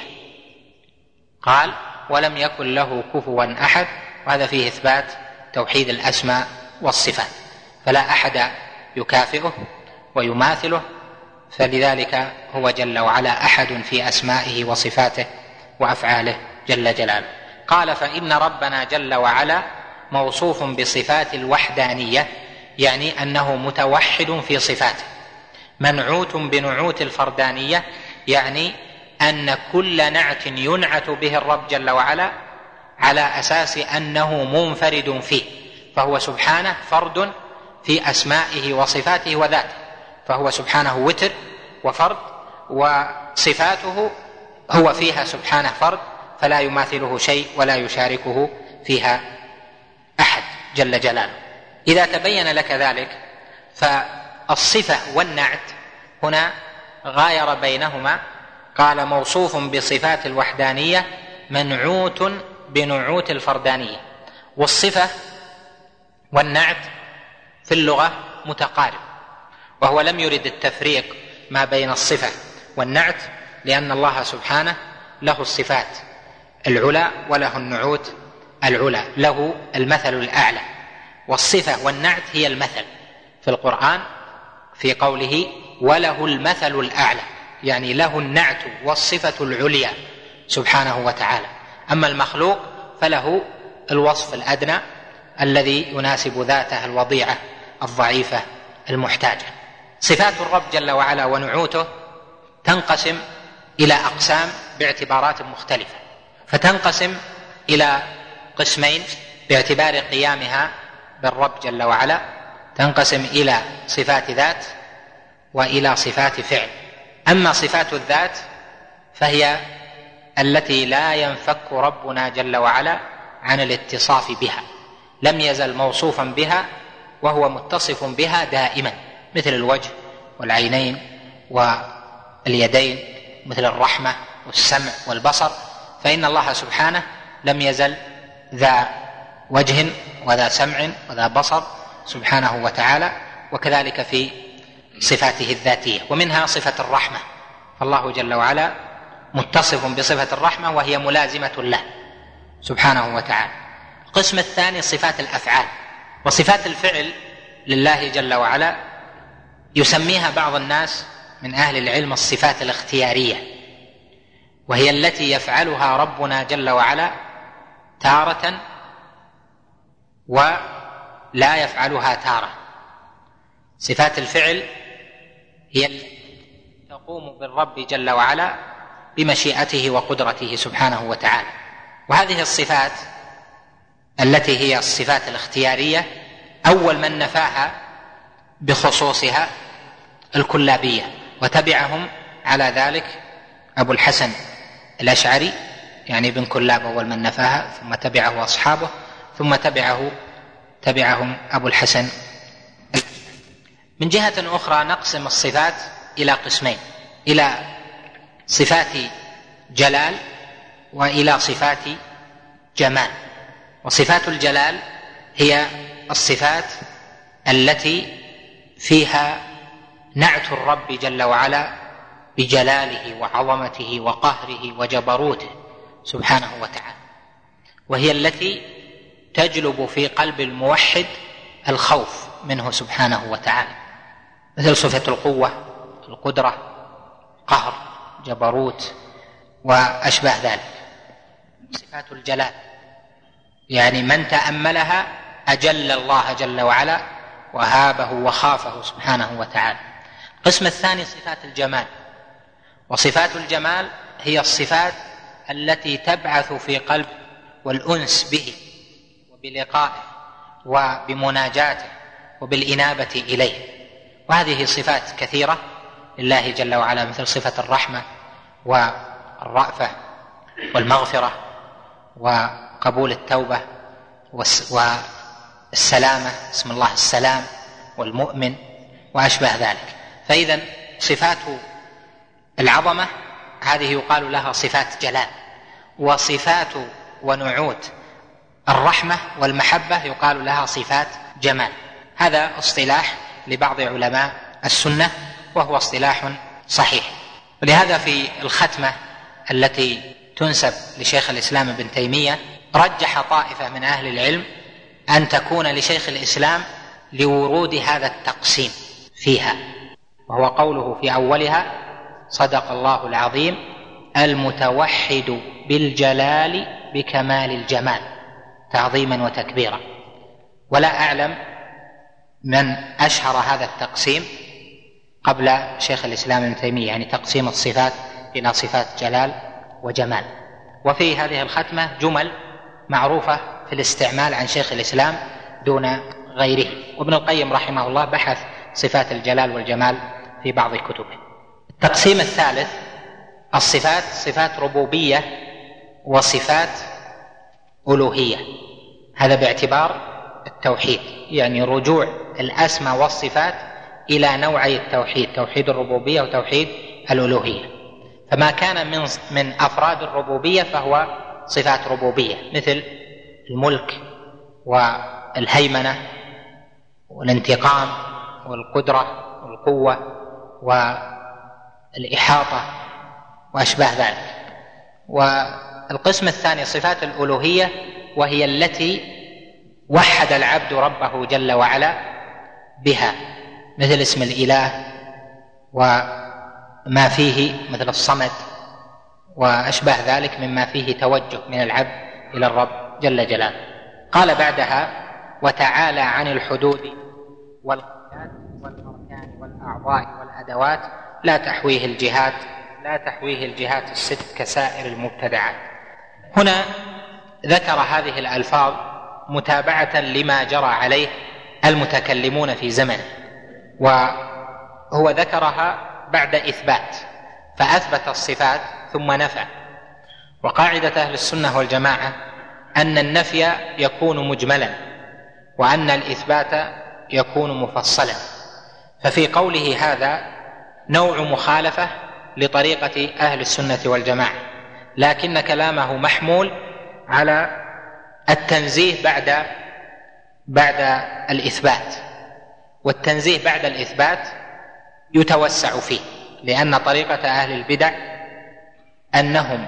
قال ولم يكن له كفوا أحد، وهذا فيه إثبات توحيد الأسماء والصفات، فلا أحد يكافئه ويماثله، فلذلك هو جل وعلا أحد في أسمائه وصفاته وأفعاله جل جلاله. قال فإن ربنا جل وعلا موصوف بصفات الوحدانية، يعني أنه متوحد في صفاته، منعوت بنعوت الفردانية، يعني أن كل نعت ينعت به الرب جل وعلا على أساس أنه منفرد فيه، فهو سبحانه فرد في أسمائه وصفاته وذاته، فهو سبحانه وتر وفرد، وصفاته هو فيها سبحانه فرد، فلا يماثله شيء ولا يشاركه فيها أحد جل جلاله. إذا تبين لك ذلك فالصفة والنعت هنا غاير بينهما، قال موصوف بصفات الوحدانية منعوت بنعوت الفردانية، والصفة والنعت في اللغة متقارب، وهو لم يرد التفريق ما بين الصفة والنعت، لأن الله سبحانه له الصفات العلى وله النعوت العلى، له المثل الأعلى، والصفة والنعت هي المثل في القرآن في قوله وله المثل الأعلى، يعني له النعت والصفة العليا سبحانه وتعالى. أما المخلوق فله الوصف الأدنى الذي يناسب ذاته الوضيعة الضعيفة المحتاجة. صفات الرب جل وعلا ونعوته تنقسم إلى أقسام باعتبارات مختلفة، فتنقسم إلى قسمين باعتبار قيامها بالرب جل وعلا، تنقسم إلى صفات ذات وإلى صفات فعل. أما صفات الذات فهي التي لا ينفك ربنا جل وعلا عن الاتصاف بها، لم يزل موصوفا بها وهو متصف بها دائما، مثل الوجه والعينين واليدين، مثل الرحمة والسمع والبصر، فإن الله سبحانه لم يزل ذا وجه وذا سمع وذا بصر سبحانه وتعالى، وكذلك في صفاته الذاتية. ومنها صفة الرحمة، فالله جل وعلا متصف بصفة الرحمة وهي ملازمة له سبحانه وتعالى. القسم الثاني صفات الأفعال، وصفات الفعل لله جل وعلا يسميها بعض الناس من أهل العلم الصفات الاختيارية، وهي التي يفعلها ربنا جل وعلا تارة ولا يفعلها تارة. صفات الفعل هي التي تقوم بالرب جل وعلا بمشيئته وقدرته سبحانه وتعالى، وهذه الصفات التي هي الصفات الاختيارية أول من نفاها بخصوصها الكلابية، وتبعهم على ذلك أبو الحسن الأشعري، يعني ابن كلاب أول من نفاها، ثم تبعه أصحابه، ثم تبعه تبعهم أبو الحسن. من جهة أخرى نقسم الصفات إلى قسمين، إلى صفات جلال وإلى صفات جمال. وصفات الجلال هي الصفات التي فيها نعت الرب جل وعلا بجلاله وعظمته وقهره وجبروته سبحانه وتعالى، وهي التي تجلب في قلب الموحد الخوف منه سبحانه وتعالى، مثل صفة القوة، القدرة، قهر، جبروت وأشباه ذلك. صفات الجلال يعني من تأملها أجل الله جل وعلا وهابه وخافه سبحانه وتعالى. القسم الثاني صفات الجمال، وصفات الجمال هي الصفات التي تبعث في قلب والأنس به وبلقائه وبمناجاته وبالإنابة إليه، وهذه صفات كثيرة لله جل وعلا، مثل صفة الرحمة والرأفة والمغفرة وقبول التوبة والسلامة، اسم الله السلام والمؤمن وأشبه ذلك. فإذا صفات العظمة هذه يقال لها صفات جلال، وصفات ونعوت الرحمة والمحبة يقال لها صفات جمال. هذا اصطلاح لبعض علماء السنة وهو اصطلاح صحيح. ولهذا في الختمة التي تنسب لشيخ الإسلام ابن تيمية رجح طائفة من أهل العلم أن تكون لشيخ الإسلام لورود هذا التقسيم فيها، وهو قوله في أولها: صدق الله العظيم المتوحد بالجلال بكمال الجمال تعظيما وتكبيرا. ولا أعلم من أشهر هذا التقسيم قبل شيخ الإسلام ابن تيمية، يعني تقسيم الصفات إلى صفات جلال وجمال. وفي هذه الختمة جمل معروفة في الاستعمال عن شيخ الإسلام دون غيره. وابن القيم رحمه الله بحث صفات الجلال والجمال في بعض كتبه. التقسيم الثالث الصفات صفات ربوبية وصفات ألوهية، هذا باعتبار التوحيد، يعني رجوع الأسماء والصفات إلى نوعي التوحيد، توحيد الربوبية وتوحيد الألوهية. فما كان من من أفراد الربوبية فهو صفات ربوبية، مثل الملك والهيمنة والانتقام والقدرة والقوة والإحاطة وأشباه ذلك. والقسم الثاني صفات الألوهية، وهي التي وحد العبد ربه جل وعلا بها، مثل اسم الإله وما فيه مثل الصمد وأشباه ذلك مما فيه توجه من العبد إلى الرب جل جلاله. قال بعدها: وتعالى عن الحدود والقياد والأركان والأعضاء والأدوات لا تحويه الجهات لا تحويه الجهات الست كسائر المبتدعات. هنا ذكر هذه الألفاظ متابعة لما جرى عليه المتكلمون في زمنه، وهو ذكرها بعد إثبات، فأثبت الصفات ثم نفى. وقاعدة أهل السنة والجماعة أن النفي يكون مجملا وأن الإثبات يكون مفصلا. ففي قوله هذا نوع مخالفة لطريقة أهل السنة والجماعة، لكن كلامه محمول على التنزيه بعد بعد الإثبات، والتنزيه بعد الإثبات يتوسع فيه، لأن طريقة أهل البدع أنهم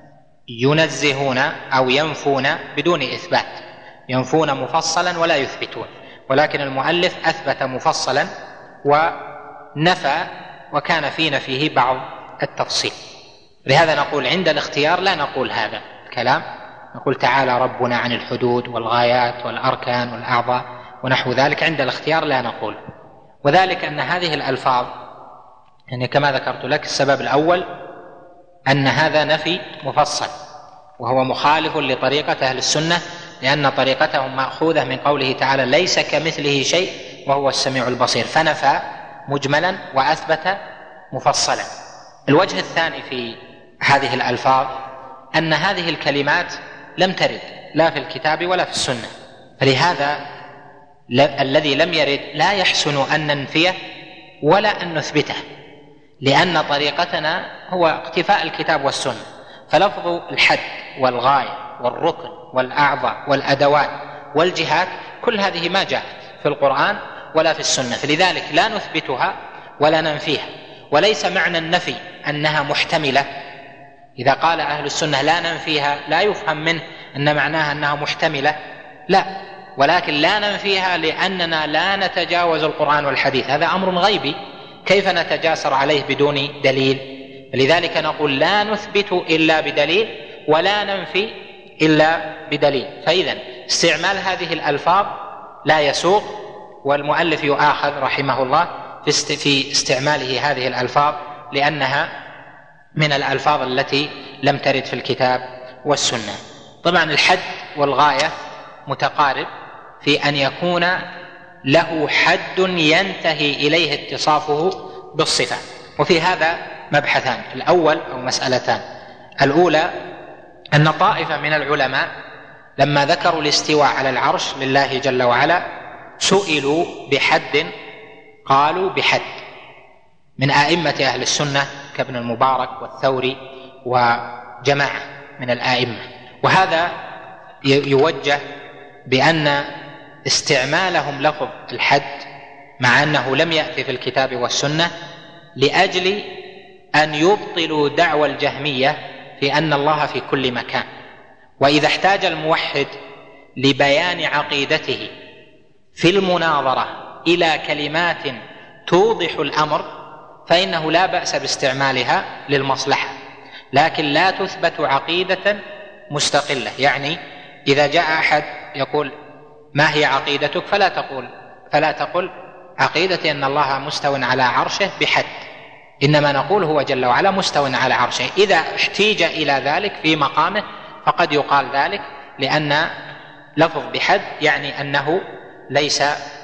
ينزهون أو ينفون بدون إثبات، ينفون مفصلا ولا يثبتون، ولكن المؤلف أثبت مفصلا ونفى، وكان في نفيه بعض التفصيل. لهذا نقول عند الاختيار لا نقول هذا الكلام، نقول تعالى ربنا عن الحدود والغايات والأركان والأعضاء ونحو ذلك، عند الاختيار لا نقول. وذلك أن هذه الألفاظ يعني كما ذكرت لك، السبب الأول أن هذا نفي مفصل وهو مخالف لطريقة أهل السنة، لأن طريقتهم مأخوذة من قوله تعالى ليس كمثله شيء وهو السميع البصير، فنفى مجملا وأثبت مفصلا. الوجه الثاني في هذه الألفاظ أن هذه الكلمات لم ترد لا في الكتاب ولا في السنة، فلهذا الذي لم يرد لا يحسن أن ننفيه ولا أن نثبته، لأن طريقتنا هو اقتفاء الكتاب والسنة. فلفظ الحد والغاية والركن والأعضاء والأدوات والجهات كل هذه ما جاءت في القرآن ولا في السنة، فلذلك لا نثبتها ولا ننفيها. وليس معنى النفي أنها محتملة، إذا قال أهل السنة لا ننفيها لا يفهم منه أن معناها أنها محتملة، لا، ولكن لا ننفيها لأننا لا نتجاوز القرآن والحديث، هذا أمر غيبي كيف نتجاسر عليه بدون دليل؟ لذلك نقول لا نثبت إلا بدليل ولا ننفي إلا بدليل. فإذا استعمال هذه الألفاظ لا يسوق، والمؤلف يؤاخذ رحمه الله في استعماله هذه الألفاظ لأنها من الألفاظ التي لم ترد في الكتاب والسنة. طبعا الحد والغاية متقارب في أن يكون له حد ينتهي إليه اتصافه بالصفة. وفي هذا مبحثان، الأول أو مسألتان: الأولى أن طائفة من العلماء لما ذكروا الاستواء على العرش لله جل وعلا سئلوا بحد قالوا بحد، من أئمة أهل السنة كابن المبارك والثوري وجماعة من الآئمة. وهذا يوجه بأن استعمالهم لفظ الحد مع أنه لم يأتي في الكتاب والسنة لأجل أن يبطلوا دعوى الجهمية في أن الله في كل مكان. وإذا احتاج الموحد لبيان عقيدته في المناظرة إلى كلمات توضح الأمر فإنه لا بأس باستعمالها للمصلحة، لكن لا تثبت عقيدة مستقلة. يعني إذا جاء أحد يقول ما هي عقيدتك فلا تقول فلا تقل عقيدتي أن الله مستو على عرشه بحد، إنما نقول هو جل وعلا مستو على عرشه. إذا احتيج إلى ذلك في مقامه فقد يقال ذلك، لأن لفظ بحد يعني أنه ليس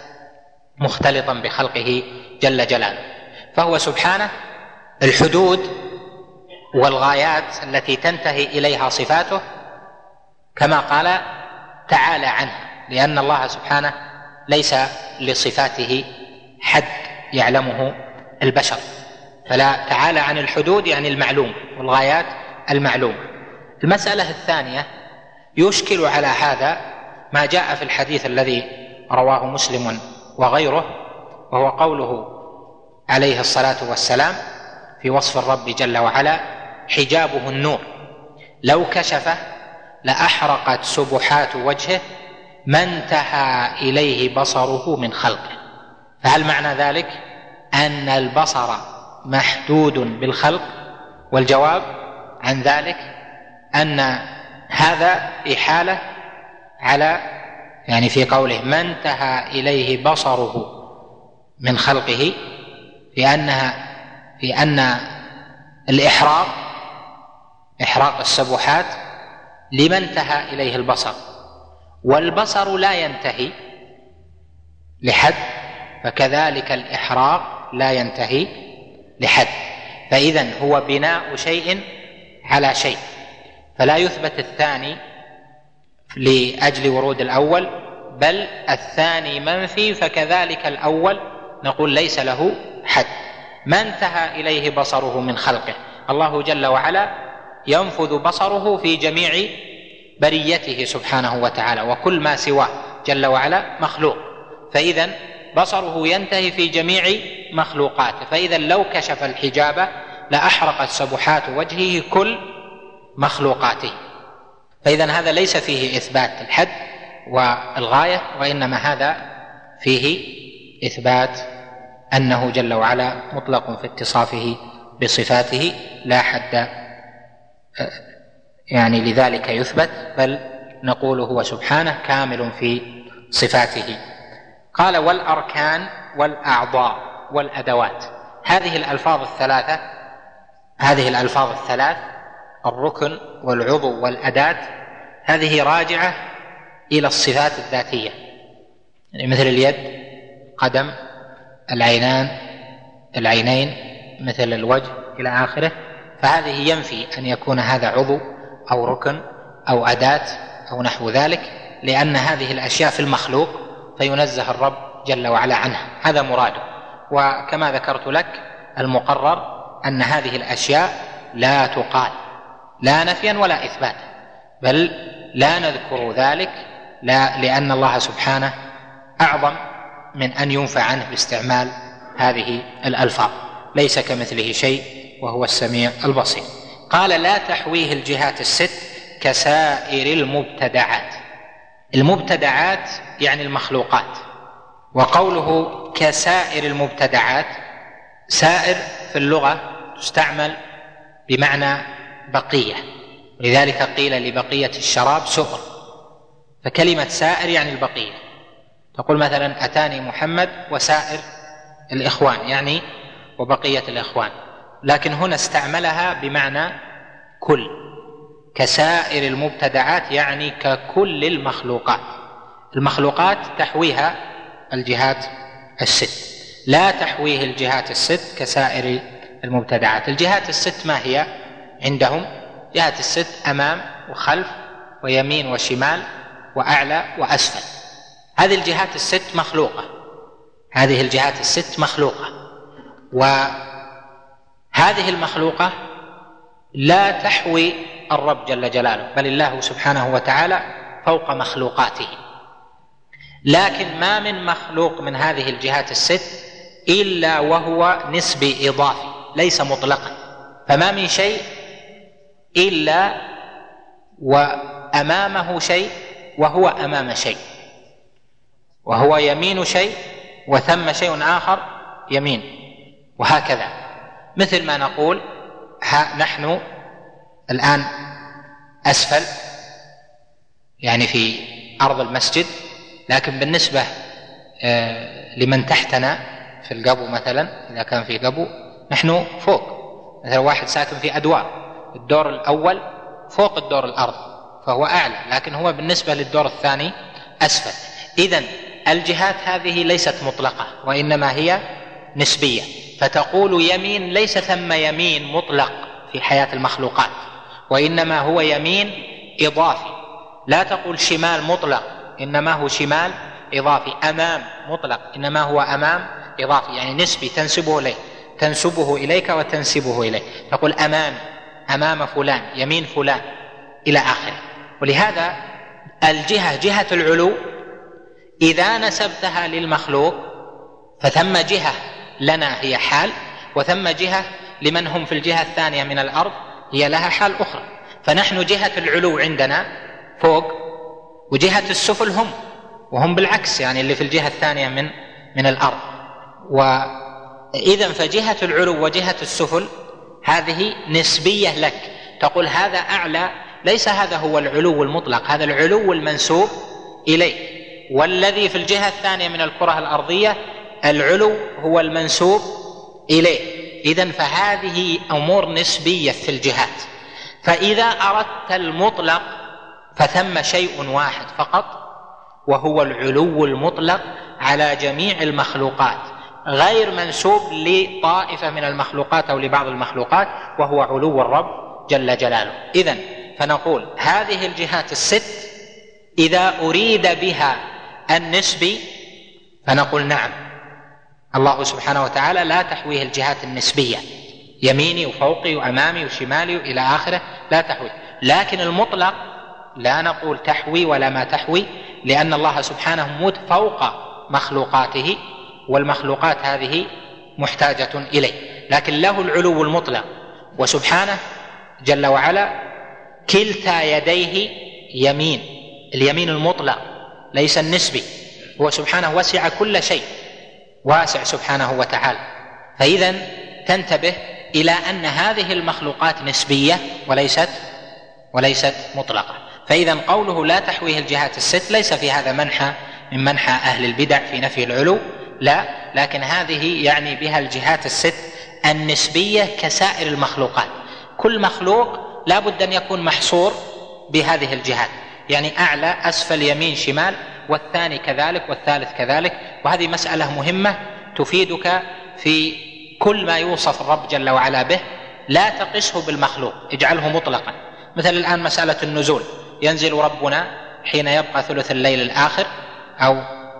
مختلطا بخلقه جل جلاله. فهو سبحانه الحدود والغايات التي تنتهي إليها صفاته كما قال تعالى عنه، لأن الله سبحانه ليس لصفاته حد يعلمه البشر، فلا تعالى عن الحدود يعني المعلوم والغايات المعلومة. المسألة الثانية يشكل على هذا ما جاء في الحديث الذي رواه مسلم وغيره، وهو قوله عليه الصلاة والسلام في وصف الرب جل وعلا حجابه النور لو كشفه لأحرقت سبحات وجهه ما انتهى إليه بصره من خلقه. فهل معنى ذلك أن البصر محدود بالخلق؟ والجواب عن ذلك أن هذا إحالة على يعني في قوله ما انتهى إليه بصره من خلقه، في أنها في أن الإحراق إحراق السبحات لما انتهى إليه البصر، والبصر لا ينتهي لحد، فكذلك الإحراق لا ينتهي لحد. فإذن هو بناء شيء على شيء، فلا يثبت الثاني لأجل ورود الأول، بل الثاني منفي، فكذلك الأول نقول ليس له حد. ما انتهى إليه بصره من خلقه، الله جل وعلا ينفذ بصره في جميع بريته سبحانه وتعالى، وكل ما سواه جل وعلا مخلوق، فإذا بصره ينتهي في جميع مخلوقاته. فإذا لو كشف الحجاب لأحرقت سبحات وجهه كل مخلوقاته. فإذا هذا ليس فيه إثبات الحد والغاية، وإنما هذا فيه إثبات أنه جل وعلا مطلق في اتصافه بصفاته لا حد يعني لذلك يثبت، بل نقول هو سبحانه كامل في صفاته. قال والأركان والأعضاء والأدوات. هذه الألفاظ الثلاثة هذه الألفاظ الثلاث الركن والعضو والأداة هذه راجعة إلى الصفات الذاتية، يعني مثل اليد قدم، العينان العينين، مثل الوجه إلى آخره. فهذه ينفي أن يكون هذا عضو أو ركن أو أداة أو نحو ذلك، لأن هذه الأشياء في المخلوق فينزه الرب جل وعلا عنها، هذا مراده. وكما ذكرت لك المقرر أن هذه الأشياء لا تقال لا نفيا ولا إثباتا، بل لا نذكر ذلك لا لأن الله سبحانه أعظم من أن ينفع عنه باستعمال هذه الألفاظ، ليس كمثله شيء وهو السميع البصير. قال لا تحويه الجهات الست كسائر المبتدعات. المبتدعات يعني المخلوقات، وقوله كسائر المبتدعات، سائر في اللغة تستعمل بمعنى بقية، ولذلك قيل لبقية الشراب سؤر، فكلمة سائر يعني البقية. تقول مثلا أتاني محمد وسائر الإخوان، يعني وبقية الإخوان، لكن هنا استعملها بمعنى كل. كسائر المبتدعات يعني ككل المخلوقات. المخلوقات تحويها الجهات الست، لا تحويه الجهات الست كسائر المبتدعات. الجهات الست ما هي عندهم؟ جهات الست أمام وخلف ويمين وشمال وأعلى وأسفل. هذه الجهات الست مخلوقة، هذه الجهات الست مخلوقة، وهذه المخلوقة لا تحوي الرب جل جلاله، بل الله سبحانه وتعالى فوق مخلوقاته. لكن ما من مخلوق من هذه الجهات الست إلا وهو نسبي إضافي ليس مطلقا، فما من شيء إلا وأمامه شيء وهو أمام شيء، وهو يمين شيء وثم شيء آخر يمين، وهكذا. مثل ما نقول ها نحن الآن أسفل يعني في أرض المسجد، لكن بالنسبة لمن تحتنا في القبو مثلا، إذا كان في قبو نحن فوق، مثلا واحد ساكن في أدوار، الدور الأول فوق الدور الأرض فهو أعلى، لكن هو بالنسبة للدور الثاني أسفل. إذن الجهات هذه ليست مطلقة وإنما هي نسبية، فتقول يمين ليس ثم يمين مطلق في حياة المخلوقات، وإنما هو يمين إضافي. لا تقول شمال مطلق إنما هو شمال إضافي، أمام مطلق إنما هو أمام إضافي، يعني نسبي تنسبه إليه تنسبه إليك وتنسبه إليه. تقول أمام أمام فلان، يمين فلان، إلى آخره. ولهذا الجهة جهة العلو إذا نسبتها للمخلوق فثم جهة لنا هي حال، وثم جهة لمن هم في الجهة الثانية من الأرض هي لها حال أخرى. فنحن جهة العلو عندنا فوق، وجهة السفل هم وهم بالعكس، يعني اللي في الجهة الثانية من من الأرض. وإذن فجهة العلو وجهة السفل هذه نسبية لك، تقول هذا أعلى، ليس هذا هو العلو المطلق، هذا العلو المنسوب إليه، والذي في الجهة الثانية من الكرة الأرضية العلو هو المنسوب إليه. إذن فهذه أمور نسبية في الجهات. فإذا أردت المطلق فثم شيء واحد فقط، وهو العلو المطلق على جميع المخلوقات، غير منسوب لطائفة من المخلوقات أو لبعض المخلوقات، وهو علو الرب جل جلاله. إذن فنقول هذه الجهات الست إذا أريد بها النسبي فنقول نعم، الله سبحانه وتعالى لا تحويه الجهات النسبية، يميني وفوقي وأمامي وشمالي إلى آخره لا تحوي. لكن المطلق لا نقول تحوي ولا ما تحوي، لأن الله سبحانه مت فوق مخلوقاته، والمخلوقات هذه محتاجة إليه، لكن له العلو المطلق. وسبحانه جل وعلا كلتا يديه يمين، اليمين المطلق ليس النسبي، هو سبحانه وسع كل شيء، واسع سبحانه وتعالى. فإذا تنتبه إلى أن هذه المخلوقات نسبية وليست وليست مطلقة. فإذا قوله لا تحويه الجهات الست ليس في هذا منحى من منحى أهل البدع في نفي العلو، لا، لكن هذه يعني بها الجهات الست النسبية كسائر المخلوقات. كل مخلوق لا بد أن يكون محصور بهذه الجهات، يعني أعلى أسفل يمين شمال، والثاني كذلك والثالث كذلك. وهذه مسألة مهمة تفيدك في كل ما يوصف الرب جل وعلا به، لا تقسه بالمخلوق، اجعله مطلقا. مثل الآن مسألة النزول، ينزل ربنا حين يبقى ثلث الليل الآخر أو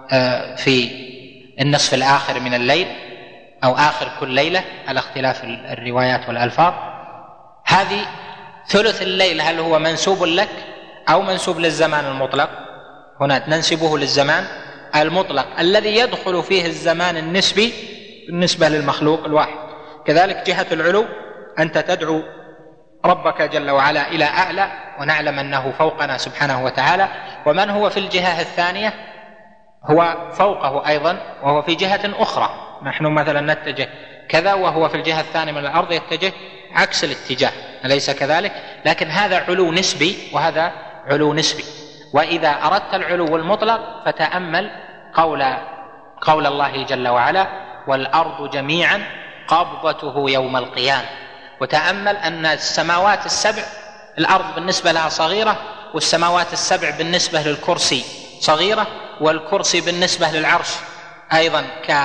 في النصف الآخر من الليل أو آخر كل ليلة على اختلاف الروايات والألفاظ. هذه ثلث الليل هل هو منسوب لك أو منسوب للزمان المطلق؟ هنا ننسبه للزمان المطلق الذي يدخل فيه الزمان النسبي بالنسبة للمخلوق الواحد. كذلك جهة العلو أنت تدعو ربك جل وعلا إلى أعلى، ونعلم أنه فوقنا سبحانه وتعالى، ومن هو في الجهة الثانية هو فوقه أيضا وهو في جهة أخرى. نحن مثلا نتجه كذا وهو في الجهة الثانية من الأرض يتجه عكس الاتجاه، أليس كذلك؟ لكن هذا علو نسبي وهذا علو نسبي. وإذا أردت العلو المطلق فتأمل قول قول الله جل وعلا والأرض جميعا قبضته يوم القيامة، وتأمل أن السماوات السبع الأرض بالنسبة لها صغيرة، والسماوات السبع بالنسبة للكرسي صغيرة، والكرسي بالنسبة للعرش أيضا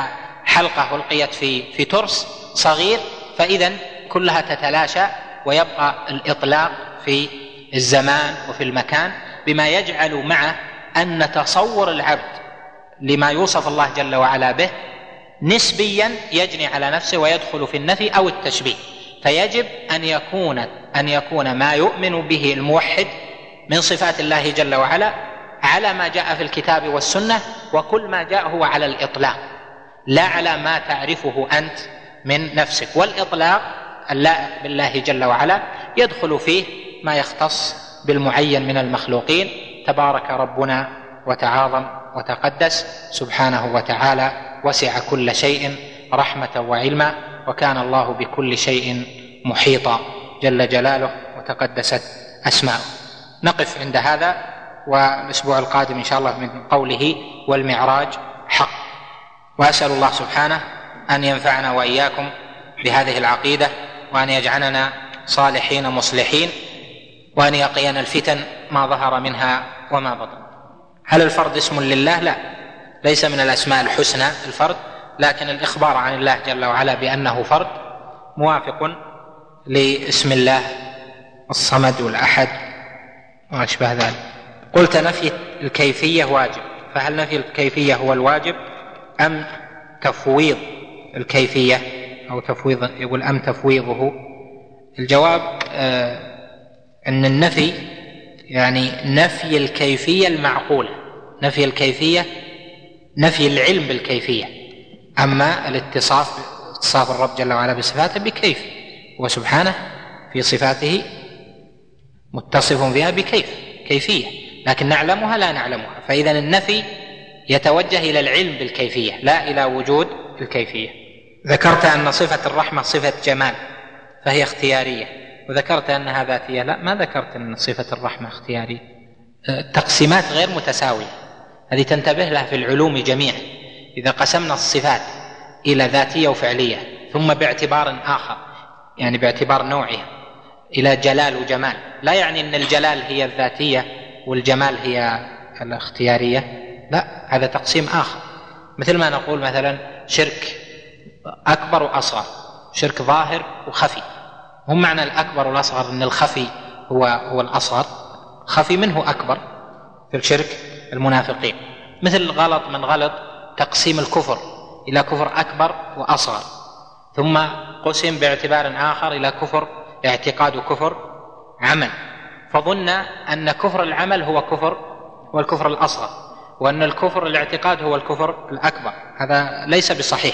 كحلقة ألقيت في في ترس صغير. فإذا كلها تتلاشى ويبقى الإطلاق في الزمان وفي المكان بما يجعل معه أن تصور العبد لما يوصف الله جل وعلا به نسبيا يجني على نفسه ويدخل في النفي أو التشبيه، فيجب أن يكون أن يكون ما يؤمن به الموحد من صفات الله جل وعلا على ما جاء في الكتاب والسنة، وكل ما جاء هو على الإطلاق لا على ما تعرفه أنت من نفسك. والإطلاق اللائق بالله جل وعلا يدخل فيه ما يختص بالمعين من المخلوقين، تبارك ربنا وتعاظم وتقدس سبحانه وتعالى، وسع كل شيء رحمة وعلما، وكان الله بكل شيء محيطا جل جلاله وتقدست أسماؤه. نقف عند هذا، والأسبوع القادم إن شاء الله من قوله والمعراج حق. وأسأل الله سبحانه أن ينفعنا وإياكم بهذه العقيدة، وأن يجعلنا صالحين مصلحين، وأن يقينا الفتن ما ظهر منها وما بطن. هل الفرد اسم لله؟ لا، ليس من الأسماء الحسنى الفرد، لكن الإخبار عن الله جل وعلا بأنه فرد موافق لاسم الله الصمد والأحد وأشبه ذلك. قلت نفي الكيفية واجب، فهل نفي الكيفية هو الواجب أم تفويض الكيفية أو تفويض؟ يقول أم تفويضه. الجواب آه أن النفي يعني نفي الكيفية المعقولة، نفي الكيفية نفي العلم بالكيفية. أما الاتصاف اتصاف الرب جل وعلا بصفاته بكيف، وسبحانه في صفاته متصف بها بكيف كيفية، لكن نعلمها لا نعلمها. فإذا النفي يتوجه إلى العلم بالكيفية لا إلى وجود الكيفية. ذكرت أن صفة الرحمة صفة جمال فهي اختيارية، وذكرت أنها ذاتية. لا، ما ذكرت أن صفة الرحمة اختيارية. تقسيمات غير متساوية، هذه تنتبه لها في العلوم جميعا. إذا قسمنا الصفات إلى ذاتية وفعلية ثم باعتبار آخر، يعني باعتبار نوعها، إلى جلال وجمال، لا يعني أن الجلال هي الذاتية والجمال هي الاختيارية، لا، هذا تقسيم آخر. مثل ما نقول مثلا شرك أكبر وأصغر، شرك ظاهر وخفي. هم معنى الأكبر والأصغر أن الخفي هو هو الأصغر، خفي منه أكبر في الشرك المنافقين. مثل غلط من غلط تقسيم الكفر إلى كفر أكبر وأصغر، ثم قسم باعتبار آخر إلى كفر اعتقاد وكفر عمل، فظن أن كفر العمل هو كفر هو الكفر الأصغر، وأن الكفر الاعتقاد هو الكفر الأكبر. هذا ليس بصحيح.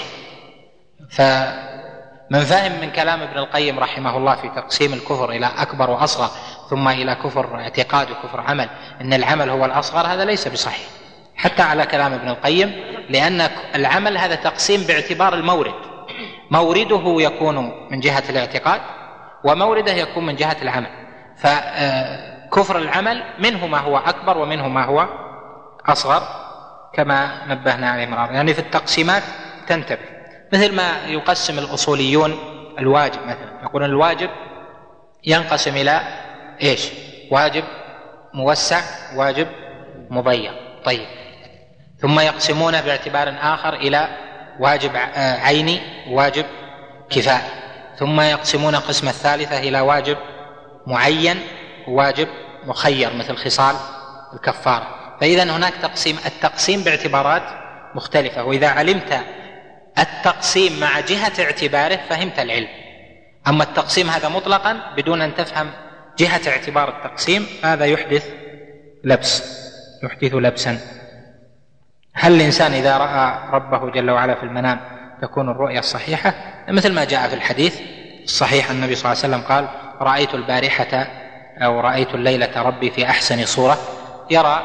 فمن فهم من كلام ابن القيم رحمه الله في تقسيم الكفر إلى أكبر وأصغر ثم إلى كفر اعتقاد وكفر عمل أن العمل هو الأصغر، هذا ليس بصحيح حتى على كلام ابن القيم، لأن العمل هذا تقسيم باعتبار المورد، مورده يكون من جهة الاعتقاد ومورده يكون من جهة العمل. فكفر العمل منه ما هو أكبر ومنه ما هو أصغر كما نبهنا عليه مرارا. يعني في التقسيمات تنتبه، مثل ما يقسم الأصوليون الواجب مثلا، يقول الواجب ينقسم إلى إيش؟ واجب موسع، واجب مضيق. طيب، ثم يقسمون باعتبار آخر إلى واجب عيني وواجب كفائي، ثم يقسمون قسم الثالثة إلى واجب معين وواجب مخير مثل خصال الكفارة. فإذا هناك تقسيم، التقسيم باعتبارات مختلفة، وإذا علمت التقسيم مع جهة اعتباره فهمت العلم. أما التقسيم هذا مطلقا بدون أن تفهم جهة اعتبار التقسيم هذا يحدث لبس يحدث لبسا. هل الإنسان إذا رأى ربه جل وعلا في المنام تكون الرؤيا الصحيحة؟ مثل ما جاء في الحديث الصحيح النبي صلى الله عليه وسلم قال: رأيت البارحة أو رأيت الليلة ربي في أحسن صورة. يرى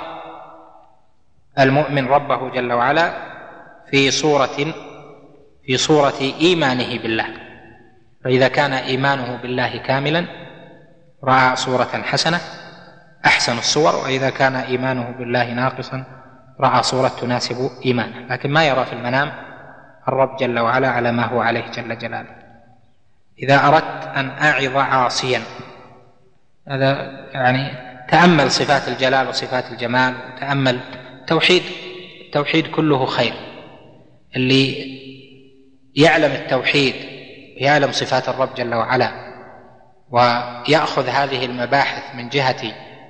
المؤمن ربه جل وعلا في صورة في صورة إيمانه بالله، فإذا كان إيمانه بالله كاملا رأى صورة حسنة أحسن الصور، وإذا كان إيمانه بالله ناقصا رأى صورة تناسب إيمانه، لكن ما يرى في المنام الرب جل وعلا على ما هو عليه جل جلاله. إذا أردت أن أعظ عاصيا، هذا يعني تأمل صفات الجلال وصفات الجمال، وتأمل توحيد التوحيد كله خير. اللي يعلم التوحيد يعلم صفات الرب جل وعلا ويأخذ هذه المباحث من جهة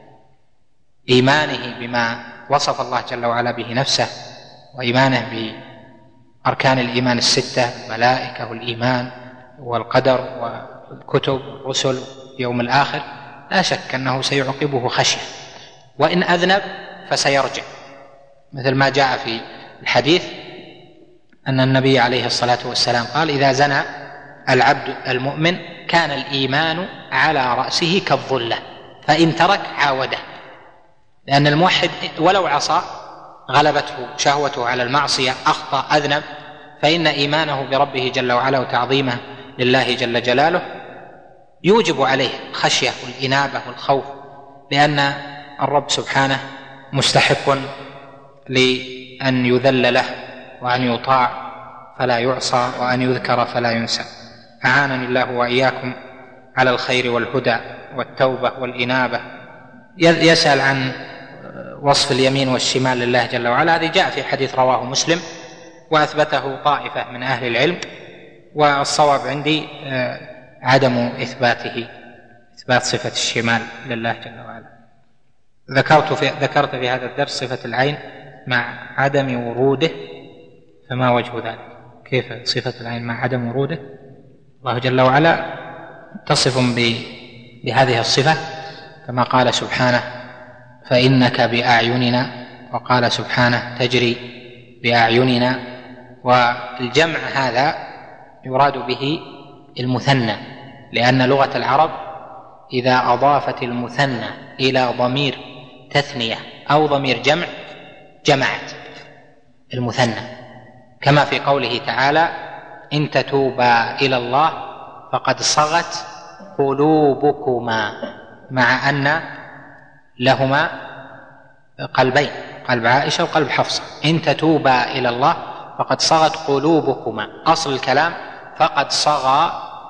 إيمانه بما وصف الله جل وعلا به نفسه، وإيمانه بأركان الإيمان الستة، الملائكة والإيمان والقدر والكتب والرسل واليوم الآخر، لا شك أنه سيعقبه خشية، وإن أذنب فسيرجع، مثل ما جاء في الحديث أن النبي عليه الصلاة والسلام قال: إذا زنى العبد المؤمن كان الإيمان على رأسه كالظلة، فإن ترك عاوده، لأن الموحد ولو عصى غلبته شهوته على المعصية، أخطأ أذنب، فإن إيمانه بربه جل وعلا وتعظيمه لله جل جلاله يوجب عليه الخشية والإنابة والخوف، لأن الرب سبحانه مستحق لأن يذل له، وأن يطاع فلا يعصى، وأن يذكر فلا ينسى. أعانني الله وإياكم على الخير والهدى والتوبة والإنابة. يسأل عن وصف اليمين والشمال لله جل وعلا، هذا جاء في حديث رواه مسلم وأثبته طائفة من أهل العلم، والصواب عندي عدم إثباته، إثبات صفة الشمال لله جل وعلا. ذكرت في, ذكرت في هذا الدرس صفة العين مع عدم وروده، فما وجه ذلك؟ كيف صفة العين مع عدم وروده؟ الله جل وعلا تصف بهذه الصفة كما قال سبحانه: فإنك بأعيننا، وقال سبحانه: تجري بأعيننا. والجمع هذا يراد به المثنى، لأن لغة العرب إذا أضافت المثنى إلى ضمير تثنية أو ضمير جمع جمعت المثنى، كما في قوله تعالى: إن تتوبا إلى الله فقد صغت قلوبكما، مع أن لهما قلبين، قلب عائشة وقلب حفصة. إن تتوبا إلى الله فقد صغت قلوبكما، أصل الكلام فقد صغى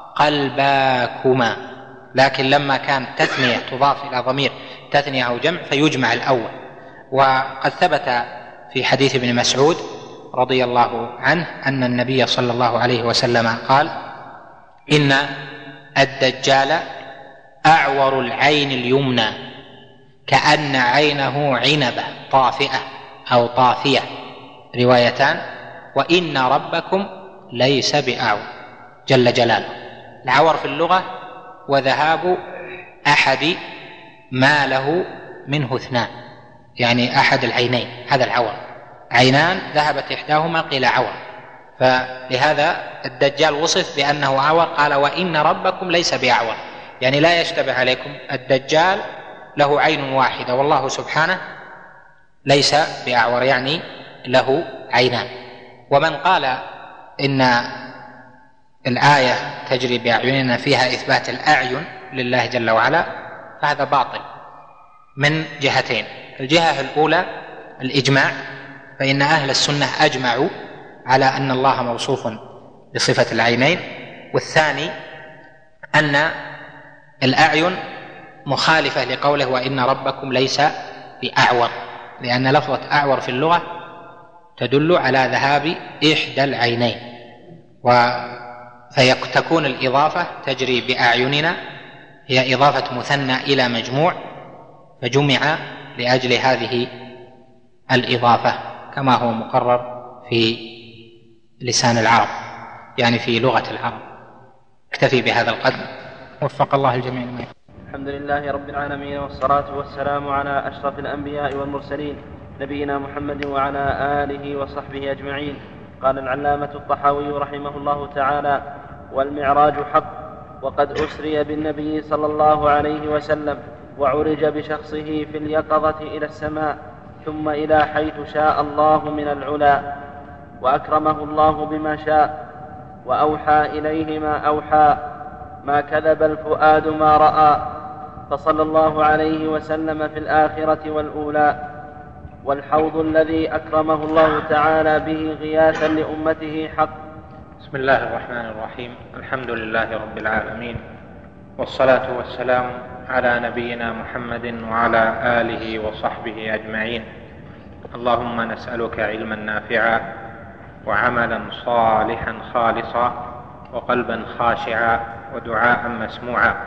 قلباكما، لكن لما كان تثنية تضاف إلى ضمير تثنية أو جمع فيجمع الأول. وقد ثبت في حديث ابن مسعود رضي الله عنه أن النبي صلى الله عليه وسلم قال: إن الدجال أعور العين اليمنى كأن عينه عنبة طافئة أو طافية، روايتان، وإن ربكم ليس بأعور جل جلاله. العور في اللغة وذهاب أحد ما له منه اثنان، يعني أحد العينين، هذا العور، عينان ذهبت إحداهما قيل عور، فلهذا الدجال وصف بأنه عور، قال: وإن ربكم ليس بأعور، يعني لا يشتبه عليكم، الدجال له عين واحدة والله سبحانه ليس بأعور، يعني له عينان. ومن قال إن الآية تجري بأعيننا فيها إثبات الأعين لله جل وعلا فهذا باطل من جهتين: الجهة الأولى الإجماع، فإن أهل السنة أجمعوا على أن الله موصوف بصفة العينين، والثاني أن الأعين مخالفة لقوله: وإن ربكم ليس بأعور، لأن لفظة أعور في اللغة تدل على ذهاب إحدى العينين، فتكون الإضافة تجري بأعيننا هي إضافة مثنى إلى مجموع، فجمع لأجل هذه الإضافة كما هو مقرر في لسان العرب، يعني في لغة العرب. اكتفي بهذا القدر، وفق الله الجميع. الحمد لله رب العالمين، والصلاة والسلام على أشرف الأنبياء والمرسلين نبينا محمد وعلى آله وصحبه أجمعين. قال العلامة الطحاوي رحمه الله تعالى: والمعراج حق، وقد أسري بالنبي صلى الله عليه وسلم وعرج بشخصه في اليقظة إلى السماء ثم إلى حيث شاء الله من العلا، وأكرمه الله بما شاء وأوحى إليه ما أوحى، ما كذب الفؤاد ما رأى، فصلى الله عليه وسلم في الآخرة والأولى. والحوض الذي أكرمه الله تعالى به غياثا لأمته حق. بسم الله الرحمن الرحيم، الحمد لله رب العالمين، والصلاة والسلام على نبينا محمد وعلى آله وصحبه أجمعين. اللهم نسألك علما نافعا وعملا صالحا خالصا وقلبا خاشعا ودعاء مسموعا.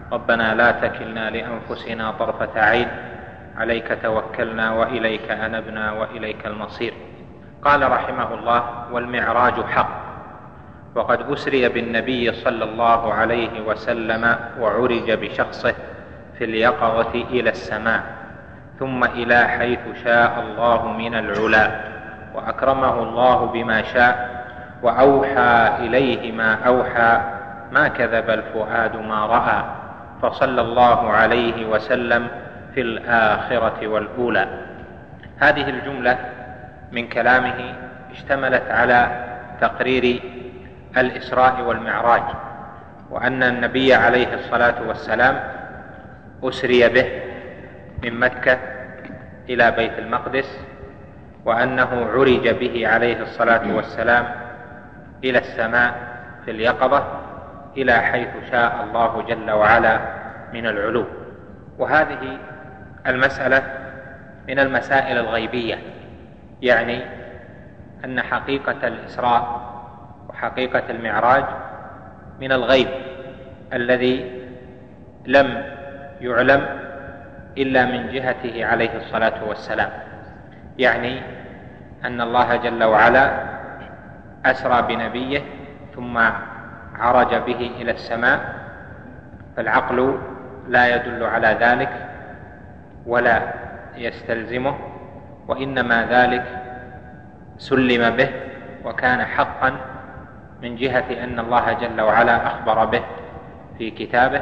ربنا لا تكلنا لأنفسنا طرفة عين عليك توكلنا وإليك أنبنا وإليك المصير. قال رحمه الله: والمعراج حق، وقد أسري بالنبي صلى الله عليه وسلم وعرج بشخصه في اليقظة إلى السماء ثم إلى حيث شاء الله من العلا، وأكرمه الله بما شاء وأوحى إليه ما أوحى، ما كذب الفؤاد ما رأى، فصلى الله عليه وسلم في الآخرة والأولى. هذه الجملة من كلامه اشتملت على تقرير الإسراء والمعراج، وأن النبي عليه الصلاة والسلام أسري به من مكة إلى بيت المقدس، وأنه عرج به عليه الصلاة والسلام إلى السماء في اليقظة إلى حيث شاء الله جل وعلا من العلو. وهذه المسألة من المسائل الغيبية، يعني أن حقيقة الإسراء وحقيقة المعراج من الغيب الذي لم يعلم إلا من جهته عليه الصلاة والسلام، يعني أن الله جل وعلا أسرى بنبيه ثم عرج به إلى السماء، فالعقل لا يدل على ذلك ولا يستلزمه، وإنما ذلك سلم به وكان حقا من جهة أن الله جل وعلا أخبر به في كتابه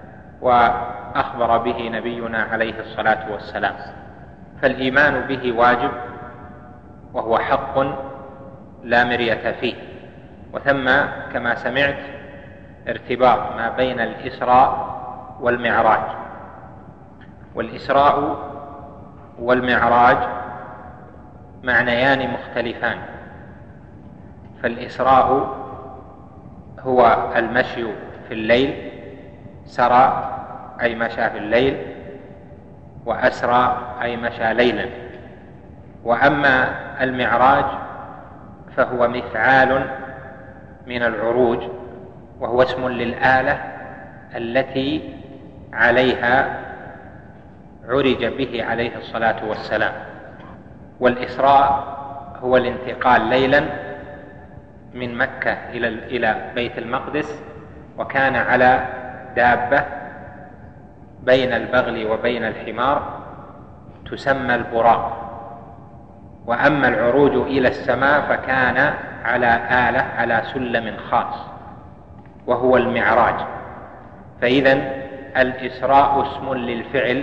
وأخبر به نبينا عليه الصلاة والسلام. فالإيمان به واجب وهو حق لا مرية فيه. وثم كما سمعت ارتباط ما بين الإسراء والمعراج، والإسراء والمعراج معنيان مختلفان. فالإسراء هو المشي في الليل، سرى أي مشى في الليل، وأسرى أي مشى ليلا. وأما المعراج فهو مفعال من العروج، وهو اسم للآلة التي عليها عرج به عليه الصلاة والسلام. والإسراء هو الانتقال ليلا من مكة إلى بيت المقدس، وكان على دابة بين البغل وبين الحمار تسمى البراق. وأما العروج إلى السماء فكان على آلة على سلم خاص وهو المعراج. فإذن الإسراء اسم للفعل،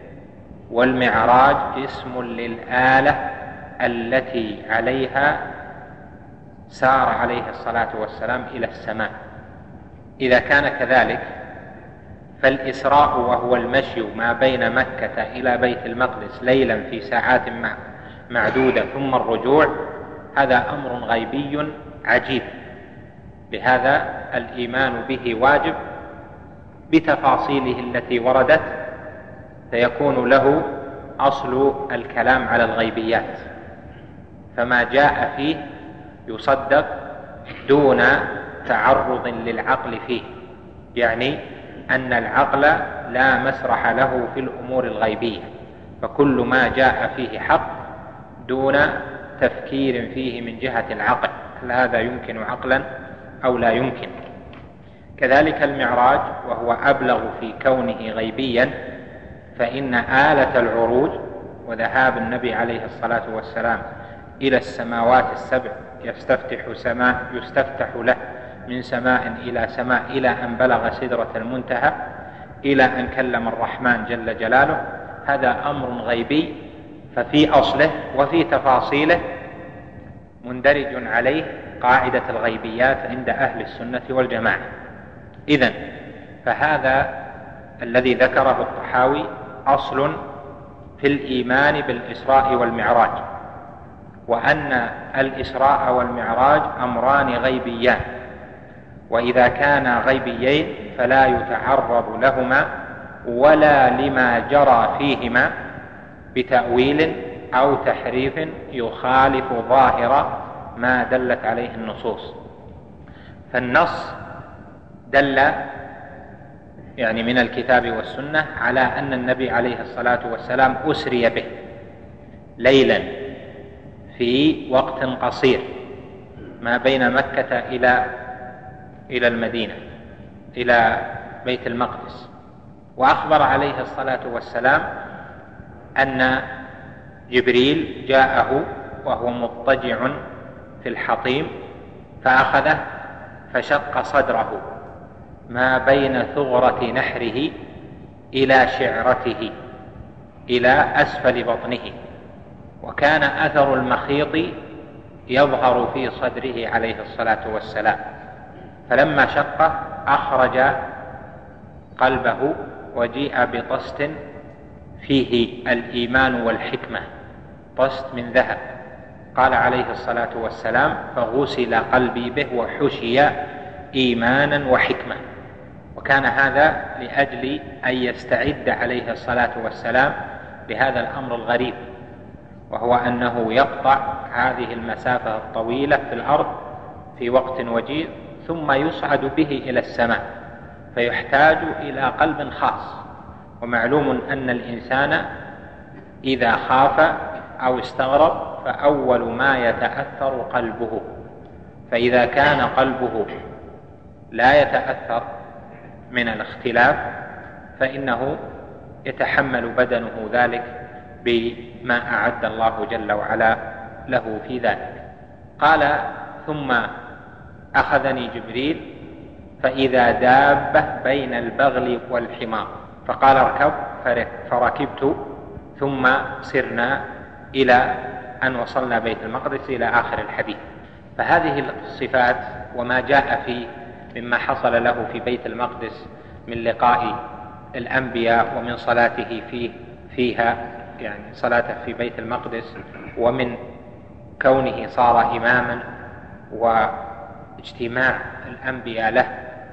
والمعراج اسم للآلة التي عليها سار عليه الصلاة والسلام إلى السماء. إذا كان كذلك فالإسراء وهو المشي ما بين مكة إلى بيت المقدس ليلا في ساعات معدودة ثم الرجوع، هذا أمر غيبي عجيب، لهذا الإيمان به واجب بتفاصيله التي وردت، فيكون له أصل الكلام على الغيبيات، فما جاء فيه يصدق دون تعرض للعقل فيه، يعني أن العقل لا مسرح له في الأمور الغيبية، فكل ما جاء فيه حق دون تفكير فيه من جهة العقل، هل هذا يمكن عقلا أو لا يمكن. كذلك المعراج وهو أبلغ في كونه غيبيا، فإن آلة العروج وذهاب النبي عليه الصلاة والسلام إلى السماوات السبع يستفتح سماء يستفتح له من سماء إلى سماء إلى أن بلغ سدرة المنتهى إلى أن كلم الرحمن جل جلاله، هذا أمر غيبي، ففي أصله وفي تفاصيله مندرج عليه قاعدة الغيبيات عند أهل السنة والجماعة. إذن فهذا الذي ذكره الطحاوي أصل في الإيمان بالإسراء والمعراج، وأن الإسراء والمعراج أمران غيبيان، وإذا كانا غيبيين فلا يتعرض لهما ولا لما جرى فيهما بتأويل أو تحريف يخالف ظاهر ما دلت عليه النصوص. فالنص دل يعني من الكتاب والسنة على أن النبي عليه الصلاة والسلام أسري به ليلا في وقت قصير ما بين مكة إلى إلى المدينة إلى بيت المقدس. وأخبر عليه الصلاة والسلام أن جبريل جاءه وهو مضطجع في الحطيم فأخذه فشق صدره ما بين ثغرة نحره إلى شعرته إلى أسفل بطنه، وكان أثر المخيط يظهر في صدره عليه الصلاة والسلام، فلما شقه أخرج قلبه وجيء بطست فيه الإيمان والحكمة، طست من ذهب، قال عليه الصلاة والسلام فغسل قلبي به وحشي إيمانا وحكمة. وكان هذا لأجل أن يستعد عليه الصلاة والسلام لهذا الأمر الغريب، وهو أنه يقطع هذه المسافة الطويلة في الأرض في وقت وجيز ثم يصعد به إلى السماء، فيحتاج إلى قلب خاص. ومعلوم أن الإنسان إذا خاف أو استغرب فأول ما يتأثر قلبه، فإذا كان قلبه لا يتأثر من الاختلاف فإنه يتحمل بدنه ذلك بما أعد الله جل وعلا له في ذلك. قال ثم أخذني جبريل فإذا دابة بين البغل والحمار فقال اركب فركبت، ثم سرنا إلى أن وصلنا بيت المقدس إلى آخر الحديث. فهذه الصفات وما جاء فيه مما حصل له في بيت المقدس من لقاء الأنبياء ومن صلاته فيه فيها يعني صلاته في بيت المقدس، ومن كونه صار إماما واجتماع الأنبياء له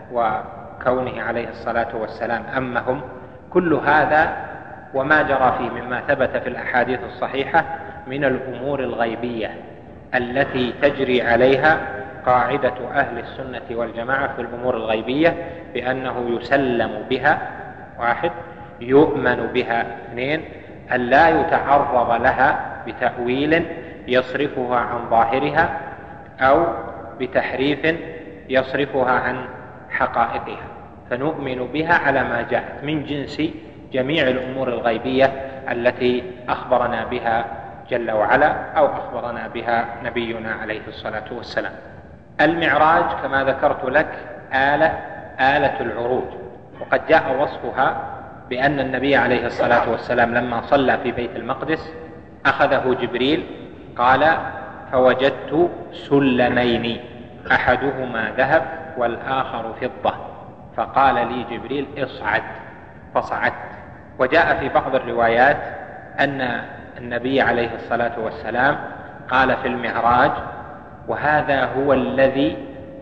وكونه عليه الصلاة والسلام أمهم، كل هذا وما جرى فيه مما ثبت في الأحاديث الصحيحة من الأمور الغيبية التي تجري عليها قاعدة أهل السنة والجماعة في الأمور الغيبية، بأنه يسلم بها واحد، يؤمن بها اثنين، أن لا يتعرض لها بتأويل يصرفها عن ظاهرها أو بتحريف يصرفها عن حقائقها، فنؤمن بها على ما جاءت من جنس جميع الأمور الغيبية التي أخبرنا بها جل وعلا أو أخبرنا بها نبينا عليه الصلاة والسلام. المعراج كما ذكرت لك آلة آلة العروج، وقد جاء وصفها بأن النبي عليه الصلاة والسلام لما صلى في بيت المقدس أخذه جبريل قال فوجدت سلمين أحدهما ذهب والآخر فضة، فقال لي جبريل اصعد، فصعدت. وجاء في بعض الروايات أن النبي عليه الصلاة والسلام قال في المعراج وهذا هو الذي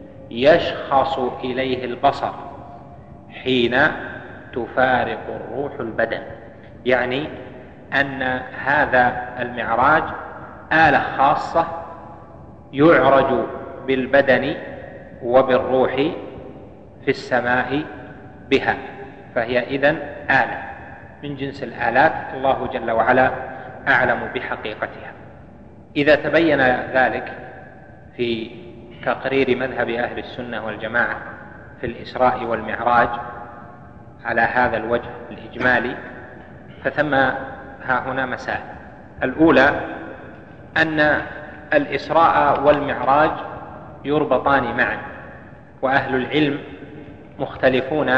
يشخص إليه البصر حين تفارق الروح البدن، يعني أن هذا المعراج آلة خاصة يعرج بالبدن وبالروح في السماء بها، فهي إذن آلة من جنس الآلات الله جل وعلا أعلم بحقيقتها. إذا تبين ذلك في تقرير مذهب أهل السنة والجماعة في الإسراء والمعراج على هذا الوجه الإجمالي، فثم ها هنا مسائل. الأولى أن الإسراء والمعراج يربطان معا، وأهل العلم مختلفون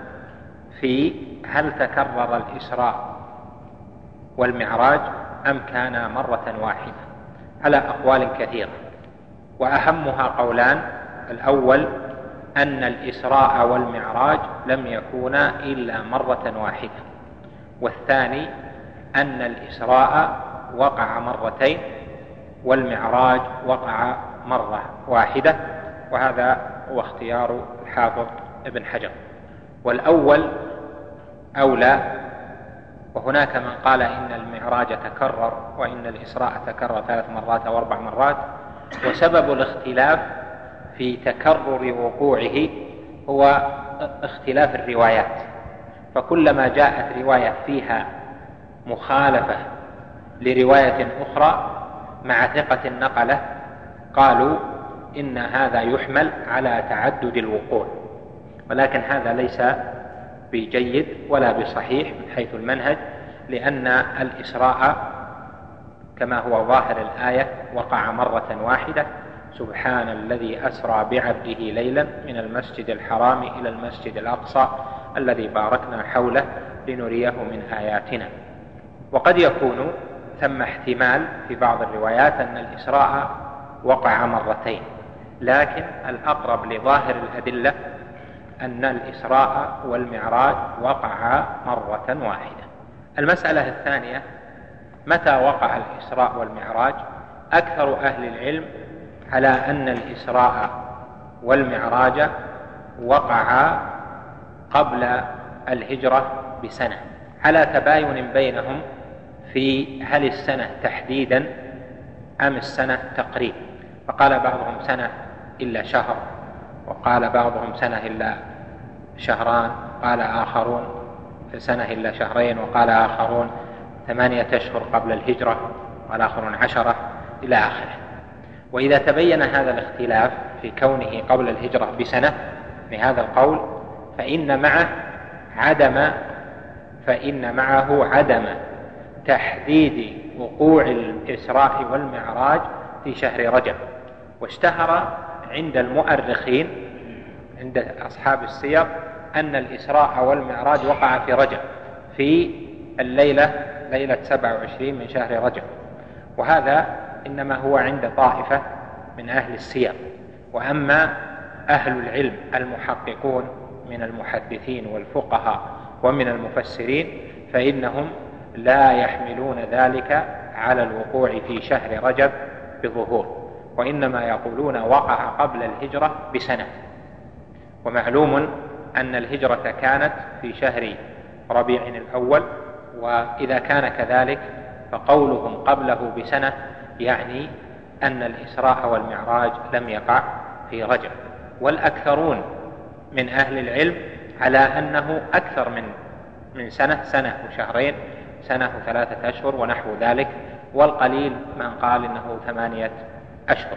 في هل تكرر الإسراء والمعراج أم كان مرة واحدة، على أقوال كثيرة، وأهمها قولان: الأول أن الإسراء والمعراج لم يكونا إلا مرة واحدة، والثاني أن الإسراء وقع مرتين والمعراج وقع مرة واحدة، وهذا هو اختيار الحافظ ابن حجر. والأول أولى، وهناك من قال إن المعراج تكرر وإن الإسراء تكرر ثلاث مرات أو أربع مرات، وسبب الاختلاف في تكرر وقوعه هو اختلاف الروايات، فكلما جاءت رواية فيها مخالفة لرواية أخرى مع ثقة النقلة قالوا إن هذا يحمل على تعدد الوقوع، ولكن هذا ليس بجيد ولا بصحيح من حيث المنهج، لأن الإسراء كما هو ظاهر الآية وقع مرة واحدة: سبحان الذي أسرى بعبده ليلا من المسجد الحرام إلى المسجد الأقصى الذي باركنا حوله لنريه من آياتنا. وقد يكون ثم احتمال في بعض الروايات أن الإسراء وقع مرتين، لكن الأقرب لظاهر الأدلة أن الإسراء والمعراج وقع مرة واحدة. المسألة الثانية: متى وقع الإسراء والمعراج؟ أكثر أهل العلم على أن الإسراء والمعراج وقع قبل الهجرة بسنة، على تباين بينهم في هل السنة تحديدا أم السنة تقريب، فقال بعضهم سنة إلا شهر، وقال بعضهم سنة إلا شهران، قال آخرون سنة إلا شهرين، وقال آخرون ثمانية أشهر قبل الهجرة، وقال آخرون عشرة، إلى آخره. وإذا تبين هذا الاختلاف في كونه قبل الهجرة بسنة بهذا القول فإن معه عدم فإن معه عدم تحديد وقوع الإسراء والمعراج في شهر رجب. واشتهر عند المؤرخين عند أصحاب السير أن الإسراء والمعراج وقع في رجب في الليلة ليلة سبعة وعشرين من شهر رجب، وهذا إنما هو عند طائفة من أهل السير. وأما أهل العلم المحققون من المحدثين والفقهاء ومن المفسرين فإنهم لا يحملون ذلك على الوقوع في شهر رجب بظهور، وإنما يقولون وقع قبل الهجرة بسنة. ومعلوم أن الهجرة كانت في شهر ربيع الأول، وإذا كان كذلك فقولهم قبله بسنة يعني أن الإسراء والمعراج لم يقع في رجب. والأكثرون من أهل العلم على أنه أكثر من من سنة، سنة وشهرين، سنة وثلاثة أشهر ونحو ذلك، والقليل من قال إنه ثمانية أشهر.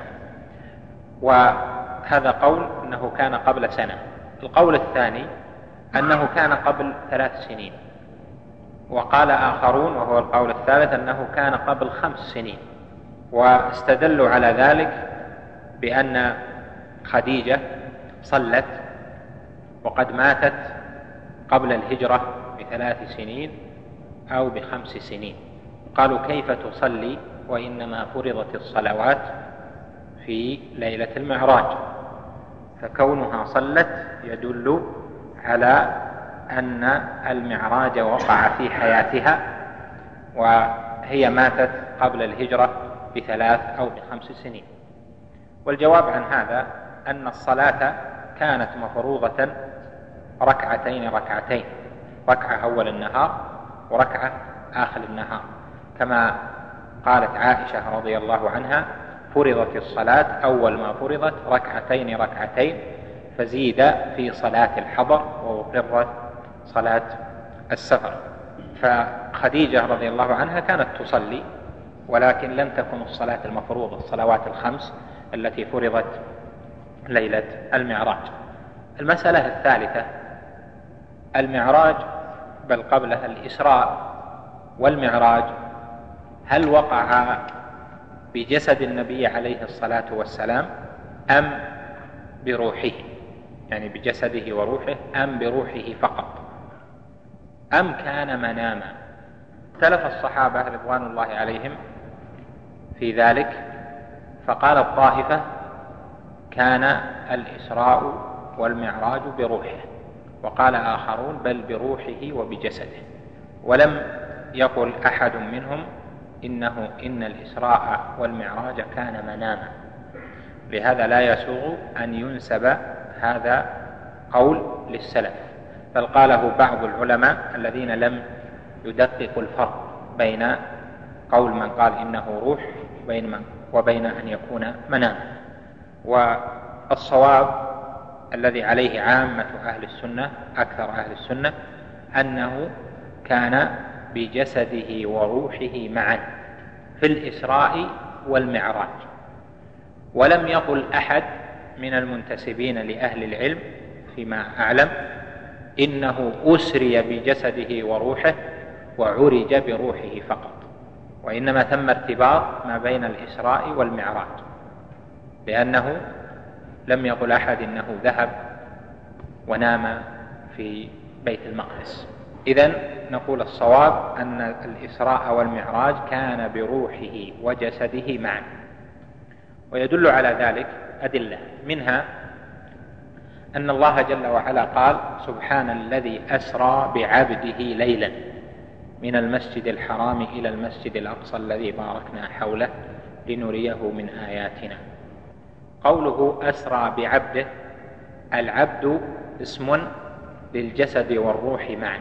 وهذا قول أنه كان قبل سنة. القول الثاني أنه كان قبل ثلاث سنين، وقال آخرون وهو القول الثالث أنه كان قبل خمس سنين، واستدلوا على ذلك بأن خديجة صلت وقد ماتت قبل الهجرة بثلاث سنين أو بخمس سنين. قالوا كيف تصلي وإنما فرضت الصلوات في ليلة المعراج؟ فكونها صلت يدل على أن المعراج وقع في حياتها، وهي ماتت قبل الهجرة بثلاث أو بخمس سنين. والجواب عن هذا أن الصلاة كانت مفروضة ركعتين ركعتين، ركعة أول النهار وركعة آخر النهار، كما قالت عائشة رضي الله عنها: فرضت الصلاة أول ما فرضت ركعتين ركعتين، فزيد في صلاة الحضر وأقرت صلاة السفر. فخديجة رضي الله عنها كانت تصلي، ولكن لم تكن الصلاة المفروضة الصلوات الخمس التي فرضت ليلة المعراج. المسألة الثالثة: المعراج بل قبلها الإسراء والمعراج هل وقع بجسد النبي عليه الصلاة والسلام أم بروحه، يعني بجسده وروحه، أم بروحه فقط، أم كان مناما؟ اختلف الصحابة رضوان الله عليهم في ذلك، فقال الطائفة كان الإسراء والمعراج بروحه، وقال آخرون بل بروحه وبجسده. ولم يقل أحد منهم إنه إن الإسراء والمعراج كان مناما، لهذا لا يسوغ أن ينسب هذا قول للسلف، بل قاله بعض العلماء الذين لم يدققوا الفرق بين قول من قال إنه روح وبين, من وبين أن يكون مناما. والصواب الذي عليه عامة أهل السنة، أكثر أهل السنة، أنه كان بجسده وروحه معا في الإسراء والمعراج. ولم يقل أحد من المنتسبين لأهل العلم فيما أعلم إنه أسري بجسده وروحه وعرج بروحه فقط، وإنما ثم ارتباط ما بين الإسراء والمعراج، لأنه لم يقل أحد إنه ذهب ونام في بيت المقدس. إذن نقول الصواب أن الإسراء والمعراج كان بروحه وجسده معا. ويدل على ذلك أدلة، منها أن الله جل وعلا قال: سبحان الذي أسرى بعبده ليلا من المسجد الحرام إلى المسجد الأقصى الذي باركنا حوله لنريه من آياتنا. قوله أسرى بعبده، العبد اسم للجسد والروح معا،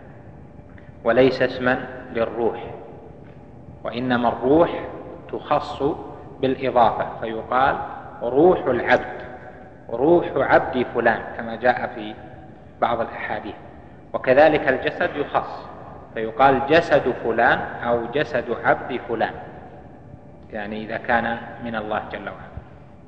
وليس اسما للروح، وإنما الروح تخص بالإضافة فيقال روح العبد، روح عبد فلان كما جاء في بعض الأحاديث. وكذلك الجسد يخص فيقال جسد فلان أو جسد عبد فلان، يعني إذا كان من الله جل وعلا.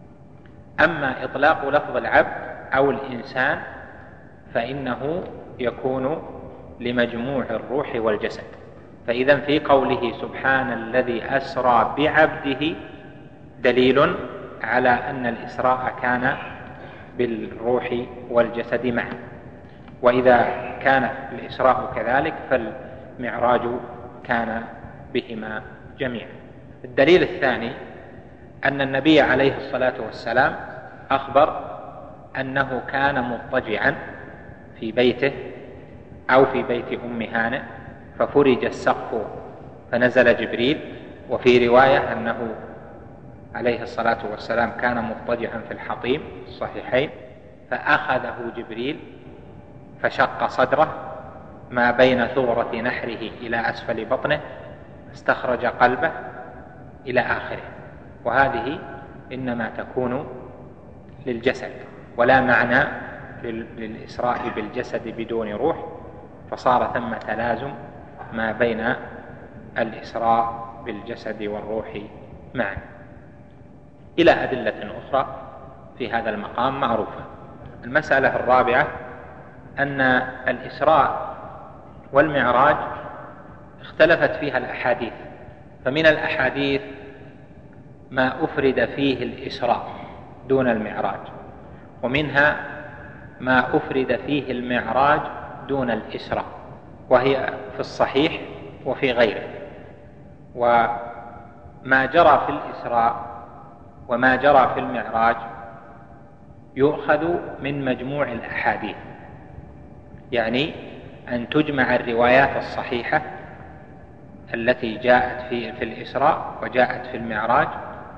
أما إطلاق لفظ العبد أو الإنسان فإنه يكون لمجموع الروح والجسد. فإذا في قوله سبحان الذي أسرى بعبده دليل على أن الإسراء كان بالروح والجسد معا، وإذا كان الإسراء كذلك فالمعراج كان بهما جميعا. الدليل الثاني أن النبي عليه الصلاة والسلام أخبر أنه كان مضطجعا في بيته أو في بيت أم هانئ ففرج السقف فنزل جبريل. وفي رواية أنه عليه الصلاة والسلام كان مضطجعا في الحطيم الصحيحين فأخذه جبريل فشق صدره ما بين ثغرة نحره إلى أسفل بطنه، استخرج قلبه إلى آخره. وهذه إنما تكون للجسد، ولا معنى للإسراء بالجسد بدون روح، فصار ثم تلازم ما بين الإسراء بالجسد والروح معا. إلى أدلة أخرى في هذا المقام معروفة. المسألة الرابعة أن الإسراء والمعراج اختلفت فيها الأحاديث، فمن الأحاديث ما أفرد فيه الإسراء دون المعراج، ومنها ما أفرد فيه المعراج دون الإسراء، وهي في الصحيح وفي غيره. وما جرى في الإسراء وما جرى في المعراج يؤخذ من مجموع الأحاديث، يعني أن تجمع الروايات الصحيحة التي جاءت في, في الإسراء وجاءت في المعراج،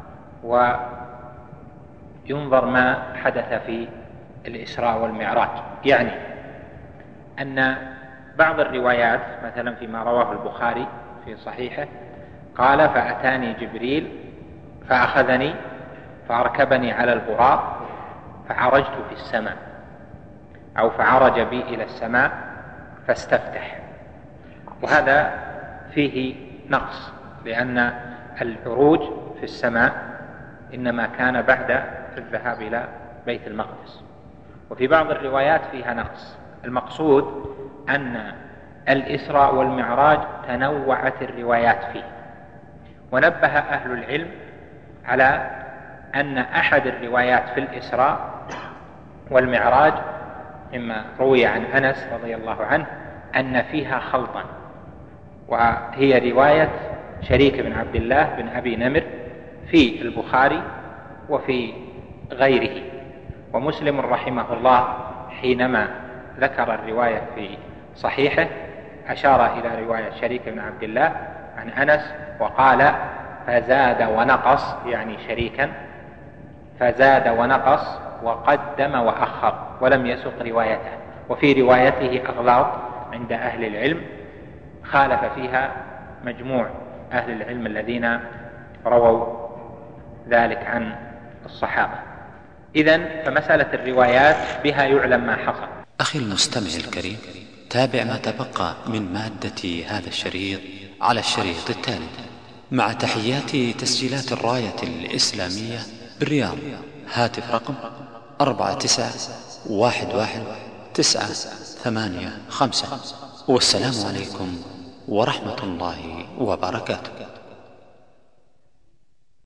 وينظر ما حدث في الإسراء والمعراج. يعني أن بعض الروايات مثلا فيما رواه البخاري في صحيحه قال: فأتاني جبريل فأخذني فأركبني على البراق فعرجت في السماء، أو فعرج بي إلى السماء فاستفتح. وهذا فيه نقص، لأن العروج في السماء إنما كان بعد الذهاب إلى بيت المقدس. وفي بعض الروايات فيها نقص. المقصود أن الإسراء والمعراج تنوعت الروايات فيه، ونبه أهل العلم على أن أحد الروايات في الإسراء والمعراج مما روي عن أنس رضي الله عنه أن فيها خلطا، وهي رواية شريك بن عبد الله بن أبي نمر في البخاري وفي غيره. ومسلم رحمه الله حينما ذكر الرواية في صحيحه أشار إلى رواية شريك بن عبد الله عن أنس وقال: فزاد ونقص، يعني شريكا فزاد ونقص وقدم وأخر، ولم يسق روايته. وفي روايته أغلاط عند أهل العلم خالف فيها مجموع أهل العلم الذين رووا ذلك عن الصحابة. إذن فمسألة الروايات بها يعلم ما حصل. أخي المستمع الكريم، تابع ما تبقى من مادة هذا الشريط على الشريط التالي، مع تحيات تسجيلات الراية الإسلامية بالرياض. هاتف رقم أربعة تسعة واحد واحد تسعة ثمانية خمسة. والسلام عليكم ورحمة الله وبركاته.